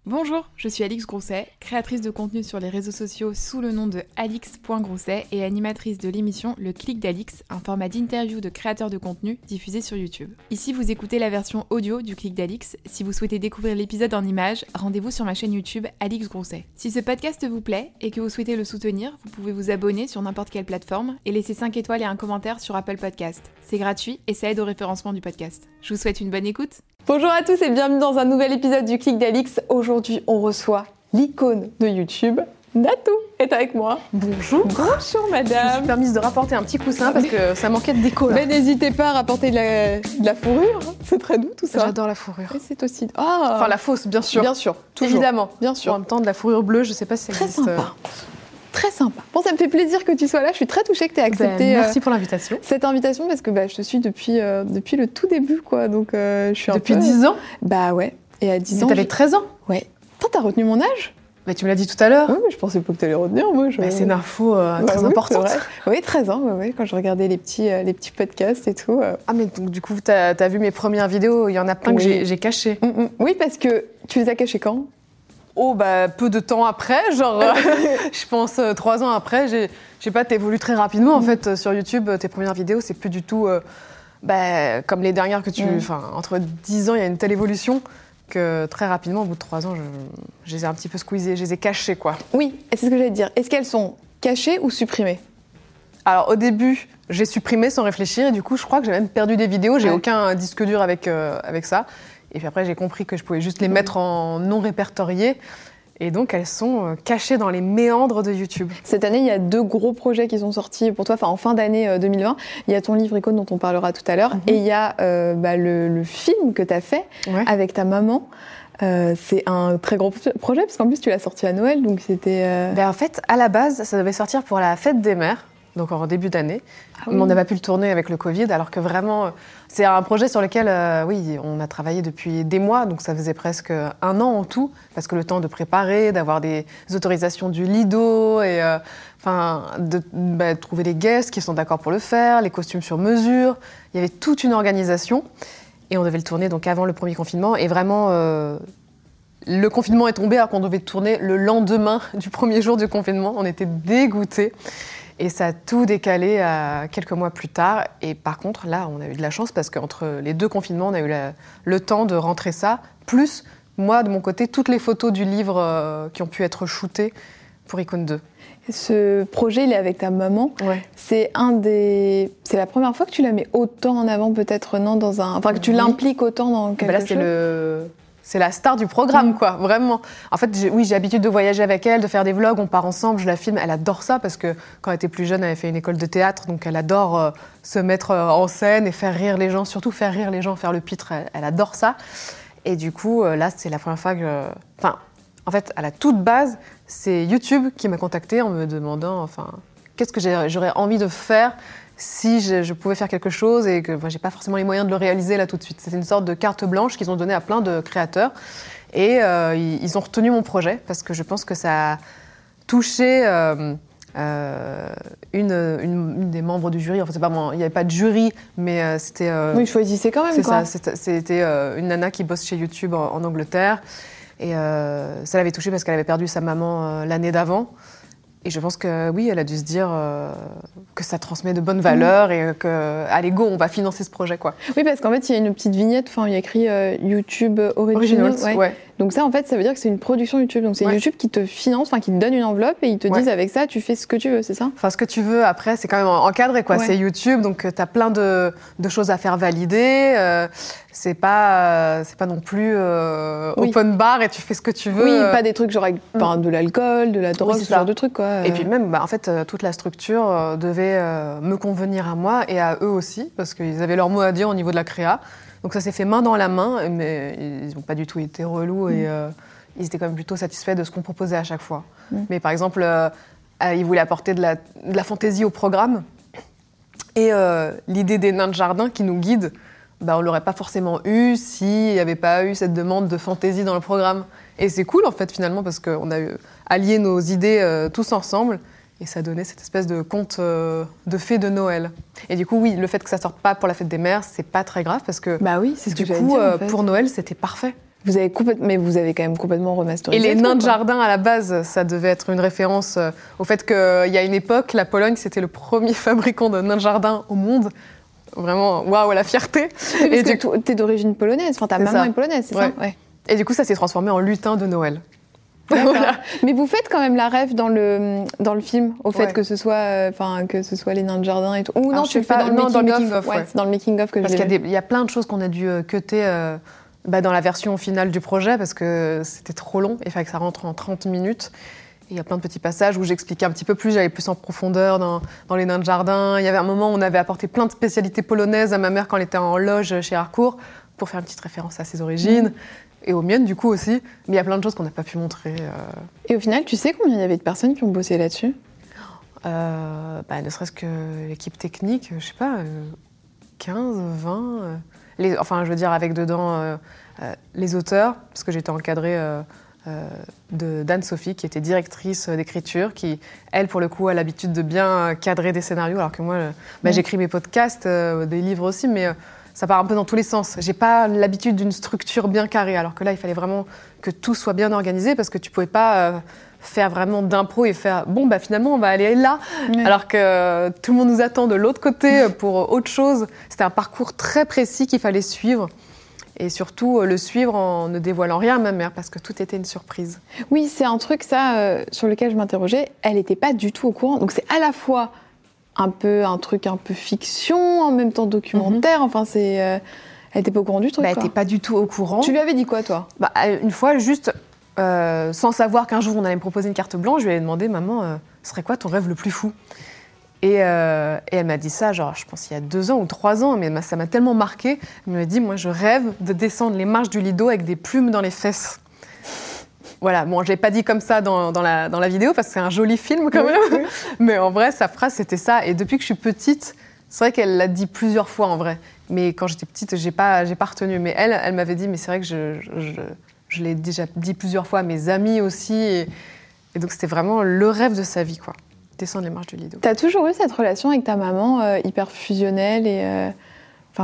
Bonjour, je suis Alix Grousset, créatrice de contenu sur les réseaux sociaux sous le nom de alix.grousset et animatrice de l'émission Le Clic d'Alix, un format d'interview de créateurs de contenu diffusé sur YouTube. Ici, vous écoutez la version audio du Clic d'Alix. Si vous souhaitez découvrir l'épisode en images, rendez-vous sur ma chaîne YouTube Alix Grousset. Si ce podcast vous plaît et que vous souhaitez le soutenir, vous pouvez vous abonner sur n'importe quelle plateforme et laisser 5 étoiles et un commentaire sur Apple Podcast. C'est gratuit et ça aide au référencement du podcast. Je vous souhaite une bonne écoute. Bonjour à tous et bienvenue dans un nouvel épisode du Clic d'Alix. Aujourd'hui, on reçoit l'icône de YouTube, Natou, est avec moi. Bonjour. Bonjour madame. Je me suis permise de rapporter un petit coussin parce que ça manquait de déco là. Mais n'hésitez pas à rapporter de la fourrure, c'est très doux tout ça. J'adore la fourrure. Et c'est aussi... Enfin la fausse, bien sûr. Bien sûr, toujours. Évidemment. Bien sûr. En même temps, de la fourrure bleue, je sais pas si ça très existe. Sympa. Très sympa. Bon, ça me fait plaisir que tu sois là. Je suis très touchée que tu aies accepté merci pour l'invitation. Cette invitation parce que je te suis depuis le tout début, quoi. Donc, je suis depuis 10 ans. Bah ouais. Et à 10 ans. T'avais 13 ans. Ouais. T'as retenu mon âge? Mais tu me l'as dit tout à l'heure. Oui, mais je pensais pas que t'allais retenir, moi. C'est une info très importante. Oui, 13 ans, quand je regardais les petits podcasts et tout. Ah, mais donc, du coup, t'as vu mes premières vidéos, il y en a plein que j'ai cachées. Oui, parce que tu les as cachées quand? Oh, peu de temps après, je pense 3 ans après, je sais pas, t'évolues très rapidement en fait sur YouTube. Tes premières vidéos, c'est plus du tout comme les dernières que entre 10 ans, il y a une telle évolution que très rapidement, au bout de 3 ans, je les ai un petit peu squeezées, je les ai cachées, quoi. Oui, et c'est ce que j'allais te dire. Est-ce qu'elles sont cachées ou supprimées? Alors, au début, j'ai supprimé sans réfléchir et du coup, je crois que j'ai même perdu des vidéos. J'ai aucun disque dur avec ça. Et puis après, j'ai compris que je pouvais juste les mettre en non répertorié. Et donc, elles sont cachées dans les méandres de YouTube. Cette année, il y a 2 gros projets qui sont sortis pour toi, en fin d'année 2020. Il y a ton livre Icône dont on parlera tout à l'heure. Et il y a le film que tu as fait avec ta maman. C'est un très gros projet, parce qu'en plus, tu l'as sorti à Noël. Donc c'était. En fait, à la base, ça devait sortir pour la fête des mères. Donc en début d'année. Mais on n'a pas pu le tourner avec le Covid, alors que vraiment, c'est un projet sur lequel, on a travaillé depuis des mois, donc ça faisait presque 1 an en tout, parce que le temps de préparer, d'avoir des autorisations du Lido, et de trouver les guests qui sont d'accord pour le faire, les costumes sur mesure. Il y avait toute une organisation, et on devait le tourner donc avant le premier confinement, et vraiment... le confinement est tombé alors qu'on devait tourner le lendemain du premier jour du confinement. On était dégoûtés. Et ça a tout décalé à quelques mois plus tard. Et par contre, là, on a eu de la chance parce qu'entre les 2 confinements, on a eu le temps de rentrer ça. Plus, moi, de mon côté, toutes les photos du livre qui ont pu être shootées pour Icône 2. Ce projet, il est avec ta maman. Ouais. C'est la première fois que tu la mets autant en avant, peut-être, non, que tu l'impliques autant dans quelque chose. C'est la star du programme, quoi, vraiment. En fait, j'ai l'habitude de voyager avec elle, de faire des vlogs, on part ensemble, je la filme. Elle adore ça parce que quand elle était plus jeune, elle avait fait une école de théâtre, donc elle adore se mettre en scène et faire rire les gens, surtout faire rire les gens, faire le pitre, elle adore ça. Et du coup, là, c'est la première fois que... en fait, à la toute base, c'est YouTube qui m'a contactée en me demandant, qu'est-ce que j'aurais envie de faire si je pouvais faire quelque chose et que j'ai pas forcément les moyens de le réaliser là tout de suite. C'était une sorte de carte blanche qu'ils ont donnée à plein de créateurs et ils ont retenu mon projet parce que je pense que ça a touché une des membres du jury. Enfin, c'est pas moi, il n'y avait pas de jury, mais c'était... oui, choisissez quand même, quoi. C'est ça, c'était une nana qui bosse chez YouTube en Angleterre et ça l'avait touchée parce qu'elle avait perdu sa maman l'année d'avant. Et je pense que oui, elle a dû se dire que ça transmet de bonnes valeurs et qu'à go, on va financer ce projet, quoi. Oui, parce qu'en fait, il y a une petite vignette, il y a écrit YouTube Originals. Ouais. Donc ça, en fait, ça veut dire que c'est une production YouTube. Donc c'est YouTube qui te finance, qui te donne une enveloppe et ils te disent avec ça, tu fais ce que tu veux, c'est ça? Enfin, ce que tu veux, après, c'est quand même encadré, quoi. Ouais. C'est YouTube, donc tu as plein de choses à faire valider. C'est pas non plus open bar et tu fais ce que tu veux. Oui, pas des trucs genre avec de l'alcool, de la drogue, ce genre de trucs, quoi. Et puis même, en fait, toute la structure devait me convenir à moi et à eux aussi, parce qu'ils avaient leur mot à dire au niveau de la créa. Donc ça s'est fait main dans la main, mais ils n'ont pas du tout été relous et ils étaient quand même plutôt satisfaits de ce qu'on proposait à chaque fois. Mais par exemple, ils voulaient apporter de la fantaisie au programme et l'idée des nains de jardin qui nous guident, on ne l'aurait pas forcément eu s'il n'y avait pas eu cette demande de fantaisie dans le programme. Et c'est cool en fait finalement parce qu'on a allié nos idées tous ensemble. Et ça donnait cette espèce de conte de fées de Noël. Et du coup, oui, le fait que ça sorte pas pour la fête des mères, c'est pas très grave parce que oui, c'est ce que du coup, en fait, pour Noël, c'était parfait. Mais vous avez quand même complètement remasterisé. Et les nains de jardin, à la base, ça devait être une référence au fait qu'il y a une époque, la Pologne, c'était le premier fabricant de nains de jardin au monde. Vraiment, waouh, la fierté. Oui, parce que t'es d'origine polonaise, ta maman est polonaise, c'est ça? Ouais. Et du coup, ça s'est transformé en lutin de Noël. Voilà. Mais vous faites quand même la ref dans le film, au fait que ce soit les nains de jardin et tout. Ou non, tu le fais dans le making-of. C'est dans le making-of que parce qu'il y a plein de choses qu'on a dû cutter dans la version finale du projet parce que c'était trop long. Il fallait que ça rentre en 30 minutes. Il y a plein de petits passages où j'expliquais un petit peu plus, j'allais plus en profondeur dans les nains de jardin. Il y avait un moment où on avait apporté plein de spécialités polonaises à ma mère quand elle était en loge chez Harcourt pour faire une petite référence à ses origines. Et aux miennes, du coup, aussi. Mais il y a plein de choses qu'on n'a pas pu montrer. Et au final, tu sais combien il y avait de personnes qui ont bossé là-dessus ? Ne serait-ce que l'équipe technique, je sais pas, 15, 20... je veux dire, avec dedans les auteurs, parce que j'étais encadrée d'Anne-Sophie, qui était directrice d'écriture, qui, elle, pour le coup, a l'habitude de bien cadrer des scénarios, alors que moi, j'écris mes podcasts, des livres aussi, mais... ça part un peu dans tous les sens. J'ai pas l'habitude d'une structure bien carrée, alors que là, il fallait vraiment que tout soit bien organisé parce que tu pouvais pas faire vraiment d'impro et faire finalement, on va aller là, alors que tout le monde nous attend de l'autre côté pour autre chose. C'était un parcours très précis qu'il fallait suivre. Et surtout, le suivre en ne dévoilant rien à ma mère, parce que tout était une surprise. Oui, c'est un truc, sur lequel je m'interrogeais. Elle n'était pas du tout au courant. Donc, c'est à la fois un truc un peu fiction, en même temps documentaire. Enfin, elle était pas au courant du truc. Elle était pas du tout au courant. Tu lui avais dit quoi, toi ? Une fois, juste, sans savoir qu'un jour on allait me proposer une carte blanche, je lui avais demandé, maman, ce serait quoi ton rêve le plus fou ? Et elle m'a dit ça, genre, je pense il y a 2 ans ou 3 ans, mais ça m'a tellement marqué. Elle m'a dit, moi, je rêve de descendre les marches du Lido avec des plumes dans les fesses. Voilà, bon, je l'ai pas dit comme ça dans la vidéo parce que c'est un joli film quand même. Oui. Mais en vrai, sa phrase, c'était ça. Et depuis que je suis petite, c'est vrai qu'elle l'a dit plusieurs fois en vrai. Mais quand j'étais petite, j'ai pas retenu. Mais elle m'avait dit, mais c'est vrai que je l'ai déjà dit plusieurs fois à mes amis aussi. Et donc, c'était vraiment le rêve de sa vie, quoi. Descendre les marches du Lido. T'as toujours eu cette relation avec ta maman hyper fusionnelle et... fusionnelle ?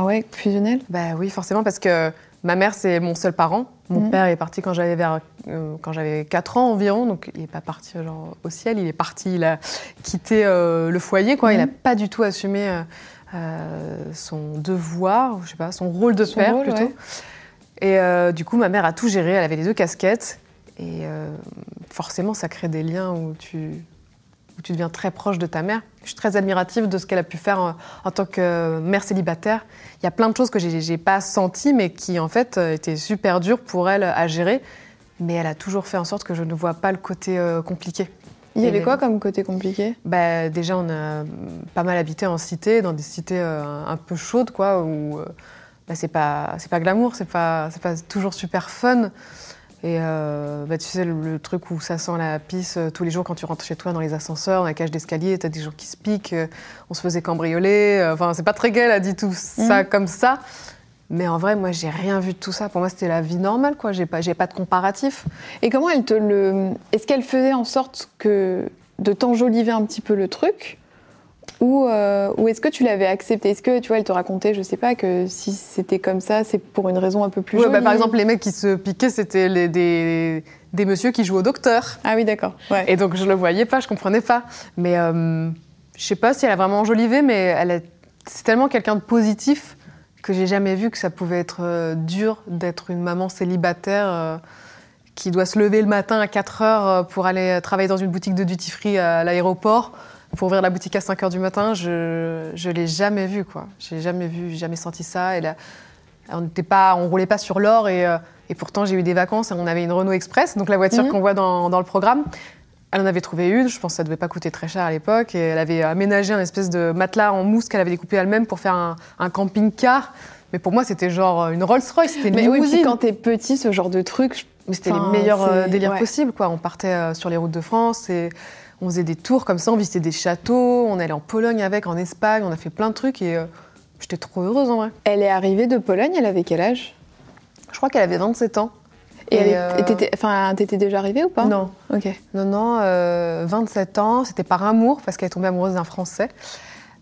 Oui, forcément, parce que ma mère, c'est mon seul parent. Mon père est parti quand j'avais 4 ans environ, donc il n'est pas parti au ciel, il est parti, il a quitté le foyer, quoi. Il n'a pas du tout assumé son devoir, je sais pas, son rôle de père plutôt. Ouais. Et du coup, ma mère a tout géré, elle avait les 2 casquettes, et forcément, ça crée des liens où tu deviens très proche de ta mère. Je suis très admirative de ce qu'elle a pu faire en tant que mère célibataire. Il y a plein de choses que j'ai pas senties, mais qui en fait étaient super dures pour elle à gérer. Mais elle a toujours fait en sorte que je ne vois pas le côté compliqué. Il y avait quoi comme côté compliqué ? Déjà, on a pas mal habité en cité, dans des cités un peu chaudes, quoi, où c'est pas glamour, c'est pas toujours super fun. Et tu sais, le truc où ça sent la pisse tous les jours quand tu rentres chez toi dans les ascenseurs, dans la cage d'escalier, t'as des gens qui se piquent, on se faisait cambrioler. C'est pas très gai, elle a dit tout ça comme ça. Mais en vrai, moi, j'ai rien vu de tout ça. Pour moi, c'était la vie normale, quoi. J'ai pas de comparatif. Et comment est-ce qu'elle faisait en sorte de t'enjoliver un petit peu le truc ? Ou est-ce que tu l'avais accepté ? Est-ce que, tu vois, elle te racontait, je sais pas, que si c'était comme ça, c'est pour une raison un peu plus jolie ? Par exemple, les mecs qui se piquaient, c'était des messieurs qui jouaient au docteur. Ah oui, d'accord. Ouais. Et donc, je le voyais pas, je comprenais pas. Mais je sais pas si elle a vraiment enjolivé, mais c'est tellement quelqu'un de positif que j'ai jamais vu que ça pouvait être dur d'être une maman célibataire qui doit se lever le matin à 4 heures pour aller travailler dans une boutique de duty-free à l'aéroport. Pour ouvrir la boutique à 5 heures du matin, je l'ai jamais vu, quoi. J'ai jamais senti ça. Et là, on roulait pas sur l'or et pourtant j'ai eu des vacances et on avait une Renault Express, donc la voiture qu'on voit dans le programme. Elle en avait trouvé une, je pense que ça devait pas coûter très cher à l'époque, et elle avait aménagé un espèce de matelas en mousse qu'elle avait découpé elle-même pour faire un camping-car. Mais pour moi, c'était genre une Rolls-Royce, c'était une limousine. Oui, puis quand t'es petit, ce genre de truc... Mais c'était les meilleurs délires possibles, quoi. On partait sur les routes de France et... On faisait des tours comme ça, on visitait des châteaux, on allait en Pologne en Espagne, on a fait plein de trucs et j'étais trop heureuse en vrai. Elle est arrivée de Pologne, elle avait quel âge ? Je crois qu'elle avait 27 ans. Et t'étais déjà arrivée ou pas ? Non. Ok. Non, 27 ans, c'était par amour parce qu'elle est tombée amoureuse d'un Français.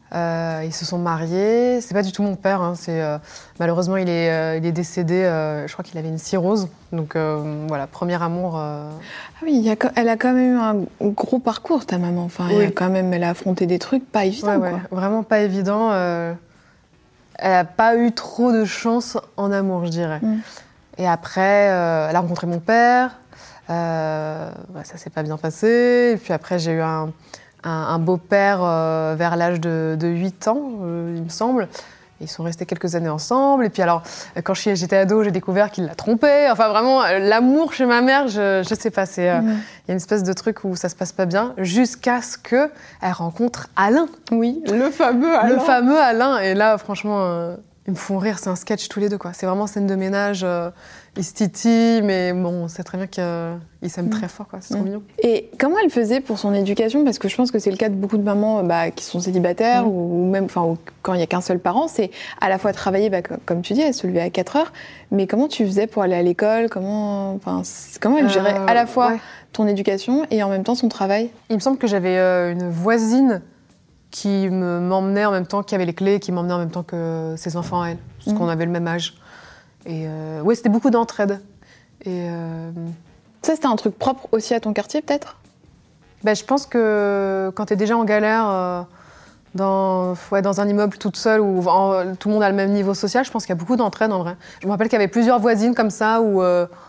Ils se sont mariés. C'est pas du tout mon père. Hein. Malheureusement, il est décédé. Je crois qu'il avait une cirrhose. Donc voilà, premier amour. Ah oui, elle a quand même eu un gros parcours, ta maman. Enfin, oui. Elle a affronté des trucs pas évidents. Ouais, vraiment pas évident. Elle a pas eu trop de chance en amour, je dirais. Et après, elle a rencontré mon père. Ça s'est pas bien passé. Et puis après, j'ai eu un beau-père vers l'âge de 8 ans, il me semble. Ils sont restés quelques années ensemble. Et puis alors, quand j'étais ado, j'ai découvert qu'il l'a trompée. Enfin, vraiment, l'amour chez ma mère, je sais pas. Il y a une espèce de truc où ça se passe pas bien, jusqu'à ce qu'elle rencontre Alain. Oui, le fameux Alain. Le fameux Alain. Et là, franchement, ils me font rire. C'est un sketch tous les deux, quoi. C'est vraiment scène de ménage. Ils se titillent, mais bon, on sait très bien qu'ils s'aiment très fort, quoi. C'est trop mignon. Et comment elle faisait pour son éducation ? Parce que je pense que c'est le cas de beaucoup de mamans qui sont célibataires ou même quand il n'y a qu'un seul parent, c'est à la fois travailler, comme tu dis, elle se levait à 4 heures, mais comment tu faisais pour aller à l'école ? Comment elle gérait à la fois ton éducation et en même temps son travail ? Il me semble que j'avais une voisine qui m'emmenait en même temps, qui avait les clés, qui m'emmenait en même temps que ses enfants à elle, parce qu'on avait le même âge. Et oui, c'était beaucoup d'entraide. Et ça, c'était un truc propre aussi à ton quartier, peut-être ? Je pense que quand tu es déjà en galère dans un immeuble toute seule où tout le monde a le même niveau social, je pense qu'il y a beaucoup d'entraide en vrai. Je me rappelle qu'il y avait plusieurs voisines comme ça où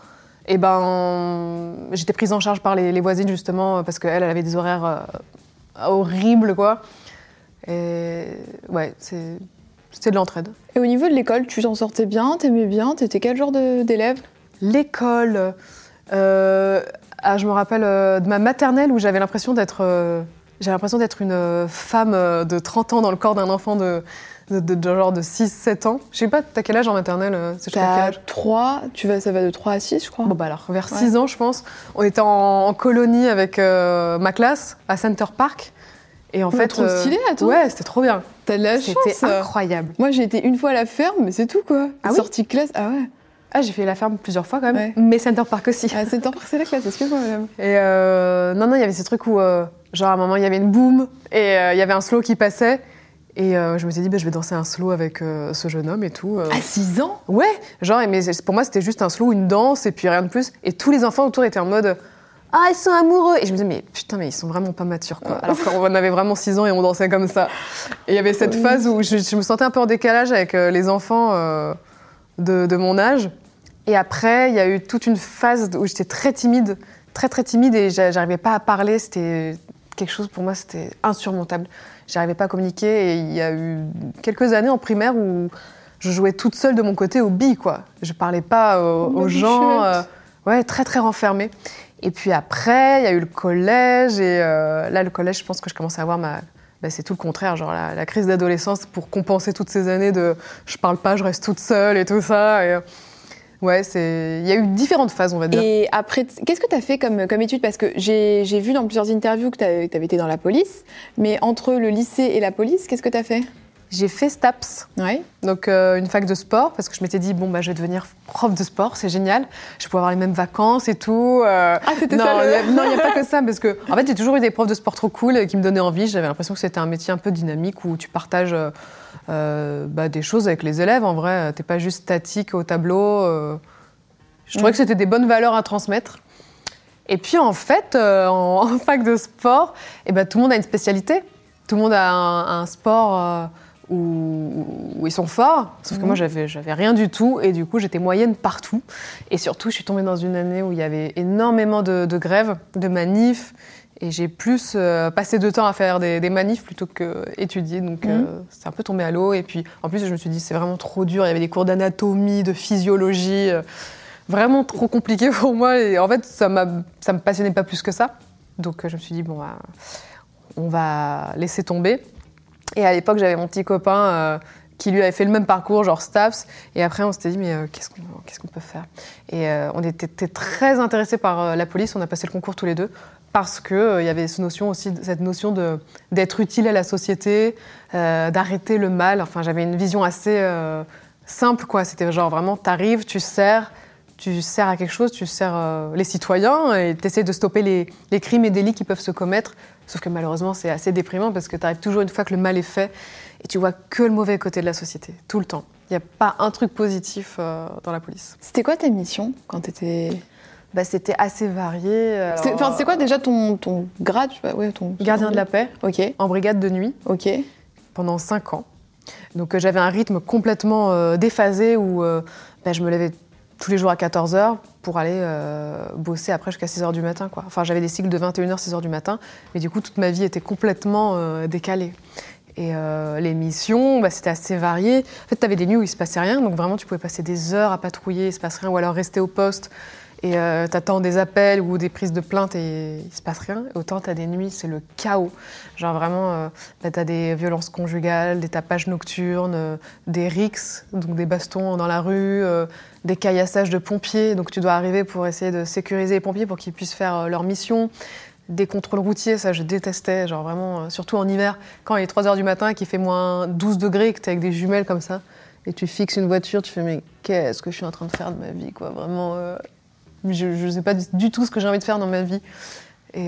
j'étais prise en charge par les voisines justement parce qu'elle avait des horaires horribles, quoi. Et ouais, c'était de l'entraide. Et au niveau de l'école, tu t'en sortais bien, t'aimais bien, t'étais quel genre d'élève ? L'école, je me rappelle de ma maternelle où j'avais l'impression d'être une femme de 30 ans dans le corps d'un enfant de genre de 6-7 ans. Je sais pas, t'as quel âge en maternelle ? T'as 3, ça va de 3 à 6, je crois. Bon alors, vers 6 ans, je pense. On était en colonie avec ma classe à Center Park. Et en fait, trop stylé, attends. Ouais, c'était trop bien. T'as de la chance. C'était incroyable. Moi, j'ai été une fois à la ferme, mais c'est tout, quoi. Sortie classe, ah ouais. Ah, j'ai fait la ferme plusieurs fois, quand même. Mais Center Park aussi. Ah, Center Park, c'est la classe, excuse-moi, madame. Et non, il y avait ces trucs où, genre, à un moment, il y avait une boom, et il y avait un slow qui passait. Et je me suis dit, je vais danser un slow avec ce jeune homme et tout. À 6 ans ? Ouais, genre, mais pour moi, c'était juste un slow, une danse, et puis rien de plus. Et tous les enfants autour étaient en mode... Ah, ils sont amoureux! Et je me disais, mais putain, mais ils sont vraiment pas matures, quoi. Alors qu'on avait vraiment 6 ans et on dansait comme ça. Et il y avait cette phase où je me sentais un peu en décalage avec les enfants de mon âge. Et après, il y a eu toute une phase où j'étais très timide, très timide, et j'arrivais pas à parler. C'était quelque chose, pour moi, c'était insurmontable. J'arrivais pas à communiquer, et il y a eu quelques années en primaire où je jouais toute seule de mon côté aux billes, quoi. Je parlais pas aux gens. Ouais, très renfermée. Et puis après, il y a eu le collège, et là, le collège, je pense que je commençais à avoir c'est tout le contraire, genre la crise d'adolescence pour compenser toutes ces années de je parle pas, je reste toute seule et tout ça. Et, ouais, il y a eu différentes phases, on va dire. Et après, qu'est-ce que tu as fait comme étude ? Parce que j'ai vu dans plusieurs interviews que tu avais été dans la police, mais entre le lycée et la police, qu'est-ce que tu as fait ? J'ai fait STAPS, donc une fac de sport, parce que je m'étais dit, je vais devenir prof de sport, c'est génial, je vais pouvoir avoir les mêmes vacances et tout. C'était non, ça Non, il n'y a pas que ça, parce que en fait, j'ai toujours eu des profs de sport trop cool qui me donnaient envie. J'avais l'impression que c'était un métier un peu dynamique où tu partages des choses avec les élèves. En vrai, t'es pas juste statique au tableau. Je trouvais que c'était des bonnes valeurs à transmettre. Et puis en fait, en fac de sport, tout le monde a une spécialité. Tout le monde a un sport... où ils sont forts, sauf que moi j'avais rien du tout, et du coup j'étais moyenne partout. Et surtout je suis tombée dans une année où il y avait énormément de grèves, de manifs, et j'ai plus passé de temps à faire des manifs plutôt qu'étudier, donc c'est un peu tombé à l'eau. Et puis en plus je me suis dit c'est vraiment trop dur, il y avait des cours d'anatomie, de physiologie, vraiment trop compliqué pour moi, et en fait ça me passionnait pas plus que ça. Donc je me suis dit on va laisser tomber. Et à l'époque, j'avais mon petit copain qui lui avait fait le même parcours, genre STAPS. Et après, on s'était dit, mais qu'est-ce qu'on peut faire ? Et on était très intéressés par la police. On a passé le concours tous les deux parce qu'il y avait cette notion d'être utile à la société, d'arrêter le mal. Enfin, j'avais une vision assez simple, quoi. C'était genre vraiment, t'arrives, tu sers, tu sers à quelque chose, tu sers les citoyens et tu essaies de stopper les crimes et délits qui peuvent se commettre. Sauf que malheureusement, c'est assez déprimant parce que tu arrives toujours une fois que le mal est fait et tu vois que le mauvais côté de la société, tout le temps. Il n'y a pas un truc positif dans la police. C'était quoi ta mission quand tu étais... C'était assez varié. C'est quoi déjà ton grade Gardien de la paix, en brigade de nuit, pendant 5 ans. Donc j'avais un rythme complètement déphasé où je me levais tous les jours à 14h pour aller bosser après jusqu'à 6h du matin. Quoi. Enfin, j'avais des cycles de 21h, 6h du matin, mais du coup, toute ma vie était complètement décalée. Et les missions, c'était assez varié. En fait, tu avais des nuits où il ne se passait rien, donc vraiment, tu pouvais passer des heures à patrouiller, il ne se passe rien, ou alors rester au poste. Et t'attends des appels ou des prises de plainte et il se passe rien. Autant t'as des nuits, c'est le chaos. Genre vraiment, t'as des violences conjugales, des tapages nocturnes, des rixes, donc des bastons dans la rue, des caillassages de pompiers. Donc tu dois arriver pour essayer de sécuriser les pompiers pour qu'ils puissent faire leur mission. Des contrôles routiers, ça je détestais, genre vraiment, surtout en hiver, quand il est 3h du matin et qu'il fait moins 12 degrés et que t'es avec des jumelles comme ça, et tu fixes une voiture, tu fais mais qu'est-ce que je suis en train de faire de ma vie, quoi, vraiment... Je ne sais pas du tout ce que j'ai envie de faire dans ma vie. Et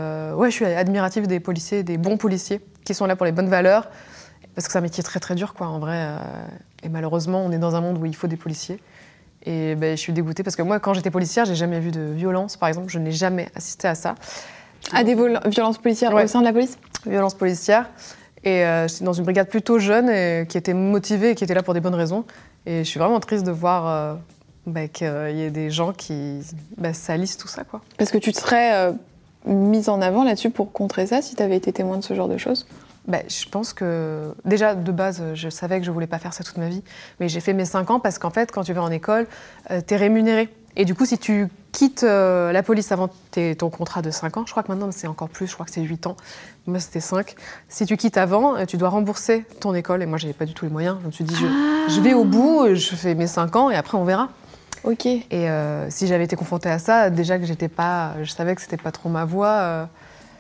je suis admirative des policiers, des bons policiers qui sont là pour les bonnes valeurs. Parce que c'est un métier très très dur, quoi, en vrai. Et malheureusement, on est dans un monde où il faut des policiers. Et je suis dégoûtée parce que moi, quand j'étais policière, j'ai jamais vu de violence, par exemple. Je n'ai jamais assisté à ça. À des violences policières au sein de la police ? Violences policières. Et j'étais dans une brigade plutôt jeune et qui était motivée et qui était là pour des bonnes raisons. Et je suis vraiment triste de voir... qu'il y ait des gens qui salissent tout ça, quoi. Parce que tu te serais mise en avant là-dessus pour contrer ça, si tu avais été témoin de ce genre de choses ? Je pense que, déjà, de base, je savais que je voulais pas faire ça toute ma vie, mais j'ai fait mes 5 ans parce qu'en fait, quand tu vas en école, t'es rémunéré. Et du coup, si tu quittes la police avant ton contrat de 5 ans, je crois que maintenant c'est encore plus, je crois que c'est 8 ans, moi c'était 5. Si tu quittes avant, tu dois rembourser ton école, et moi j'avais pas du tout les moyens. Je me suis dit, je vais au bout, je fais mes 5 ans, et après on verra. Ok. Et si j'avais été confrontée à ça, déjà que je savais que c'était pas trop ma voie,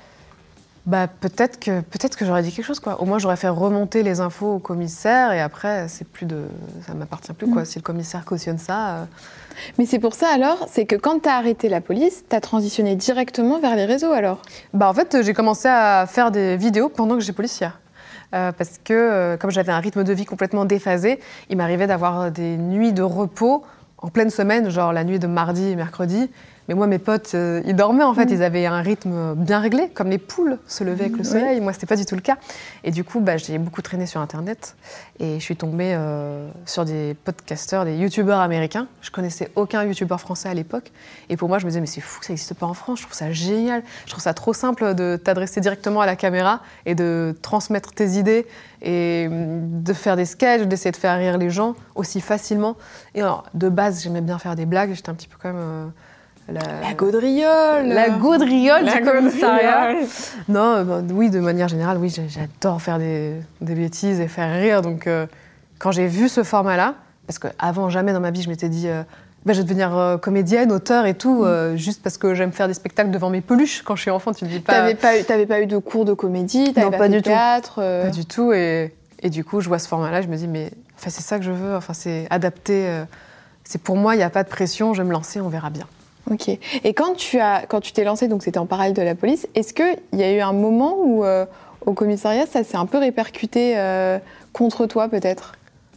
peut-être que j'aurais dit quelque chose, quoi. Au moins j'aurais fait remonter les infos au commissaire et après ça m'appartient plus, quoi. Si le commissaire cautionne ça. Mais c'est pour ça alors, c'est que quand t'as arrêté la police, t'as transitionné directement vers les réseaux alors ? En fait, j'ai commencé à faire des vidéos pendant que j'étais policière. Parce que comme j'avais un rythme de vie complètement déphasé, il m'arrivait d'avoir des nuits de repos en pleine semaine, genre la nuit de mardi et mercredi. Mais moi, mes potes, ils dormaient en fait, ils avaient un rythme bien réglé, comme les poules se levaient avec le soleil. Oui. Moi, c'était pas du tout le cas. Et du coup, j'ai beaucoup traîné sur Internet et je suis tombée sur des podcasteurs, des youtubeurs américains. Je connaissais aucun youtubeur français à l'époque. Et pour moi, je me disais, mais c'est fou que ça n'existe pas en France. Je trouve ça génial. Je trouve ça trop simple de t'adresser directement à la caméra et de transmettre tes idées et de faire des sketchs, d'essayer de faire rire les gens aussi facilement. Et alors, de base, j'aimais bien faire des blagues. J'étais un petit peu comme... La gaudriole du commissariat. Non, oui, de manière générale, oui, j'adore faire des bêtises et faire rire. Donc, quand j'ai vu ce format-là, parce qu'avant, jamais dans ma vie, je m'étais dit je vais devenir comédienne, auteure et tout, juste parce que j'aime faire des spectacles devant mes peluches. Quand je suis enfant, tu te dis pas... T'avais pas eu de cours de comédie, t'avais pas du théâtre Pas du tout. Et du coup, je vois ce format-là, je me dis, mais c'est ça que je veux. Enfin, c'est adapté. C'est pour moi, il n'y a pas de pression, je vais me lancer, on verra bien. Ok. Et quand tu t'es lancée, donc c'était en parallèle de la police, est-ce qu'il y a eu un moment où, au commissariat, ça s'est un peu répercuté contre toi, peut-être ?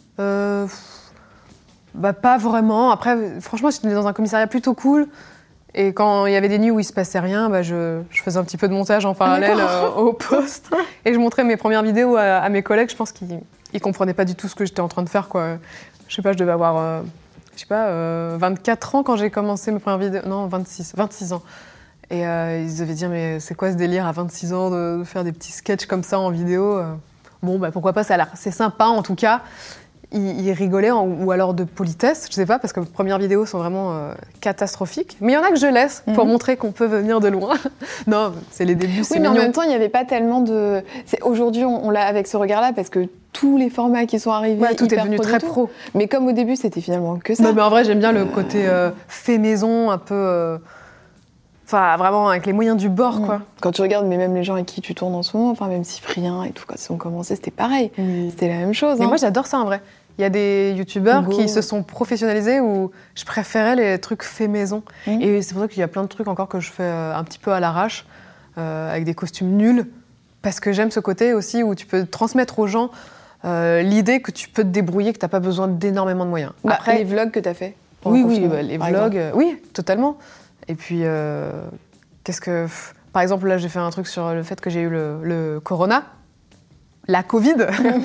Pas vraiment. Après, franchement, j'étais dans un commissariat plutôt cool. Et quand il y avait des nuits où il se passait rien, je faisais un petit peu de montage en parallèle au poste. Et je montrais mes premières vidéos à mes collègues. Je pense qu'ils comprenaient pas du tout ce que j'étais en train de faire, quoi. Je sais pas, je devais avoir... 24 ans quand j'ai commencé mes premières vidéos. Non, 26 ans. Et ils devaient dire, mais c'est quoi ce délire à 26 ans de faire des petits sketchs comme ça en vidéo ? Bon, pourquoi pas, ça a l'air assez sympa en tout cas. Ils rigolaient, ou alors de politesse, je sais pas, parce que mes premières vidéos sont vraiment catastrophiques. Mais il y en a que je laisse pour montrer qu'on peut venir de loin. Non, c'est les débuts, c'est mignon. Oui, mais en même temps, il n'y avait pas tellement de... Aujourd'hui, on l'a avec ce regard-là, parce que tous les formats qui sont arrivés, tout est devenu très pro. Mais comme au début, c'était finalement que ça. Non, mais en vrai, j'aime bien le côté fait maison, un peu... Enfin, vraiment, avec les moyens du bord, quoi. Quand tu regardes, mais même les gens avec qui tu tournes en ce moment, enfin, même Cyprien et tout, quand ils ont commencé, c'était pareil. C'était la même chose. Mais moi, j'adore ça, en vrai. Il y a des youtubeurs Hugo. qui se sont professionnalisés où je préférais les trucs faits maison. Et c'est pour ça qu'il y a plein de trucs encore que je fais un petit peu à l'arrache, avec des costumes nuls, parce que j'aime ce côté aussi où tu peux transmettre aux gens l'idée que tu peux te débrouiller, que tu n'as pas besoin d'énormément de moyens. Après, les vlogs que tu as fait. Oui, les vlogs, oui, totalement. Et puis, par exemple, là, j'ai fait un truc sur le fait que j'ai eu le corona. La Covid,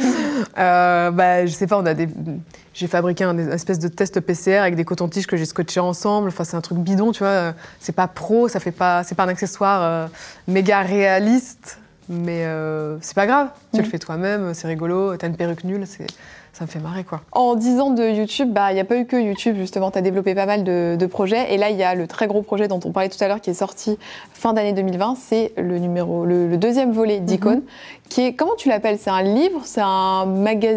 je sais pas, j'ai fabriqué une espèce de test PCR avec des cotons-tiges que j'ai scotchés ensemble. Enfin, c'est un truc bidon, tu vois. C'est pas pro, c'est pas un accessoire méga réaliste, mais c'est pas grave. Tu le fais toi-même, c'est rigolo. T'as une perruque nulle, ça me fait marrer, quoi. En 10 ans de YouTube, il n'y a pas eu que YouTube, justement. Tu as développé pas mal de projets. Et là, il y a le très gros projet dont on parlait tout à l'heure qui est sorti fin d'année 2020. C'est le deuxième volet d'Icône. Qui est, comment tu l'appelles ? C'est un livre ? C'est un magazine ?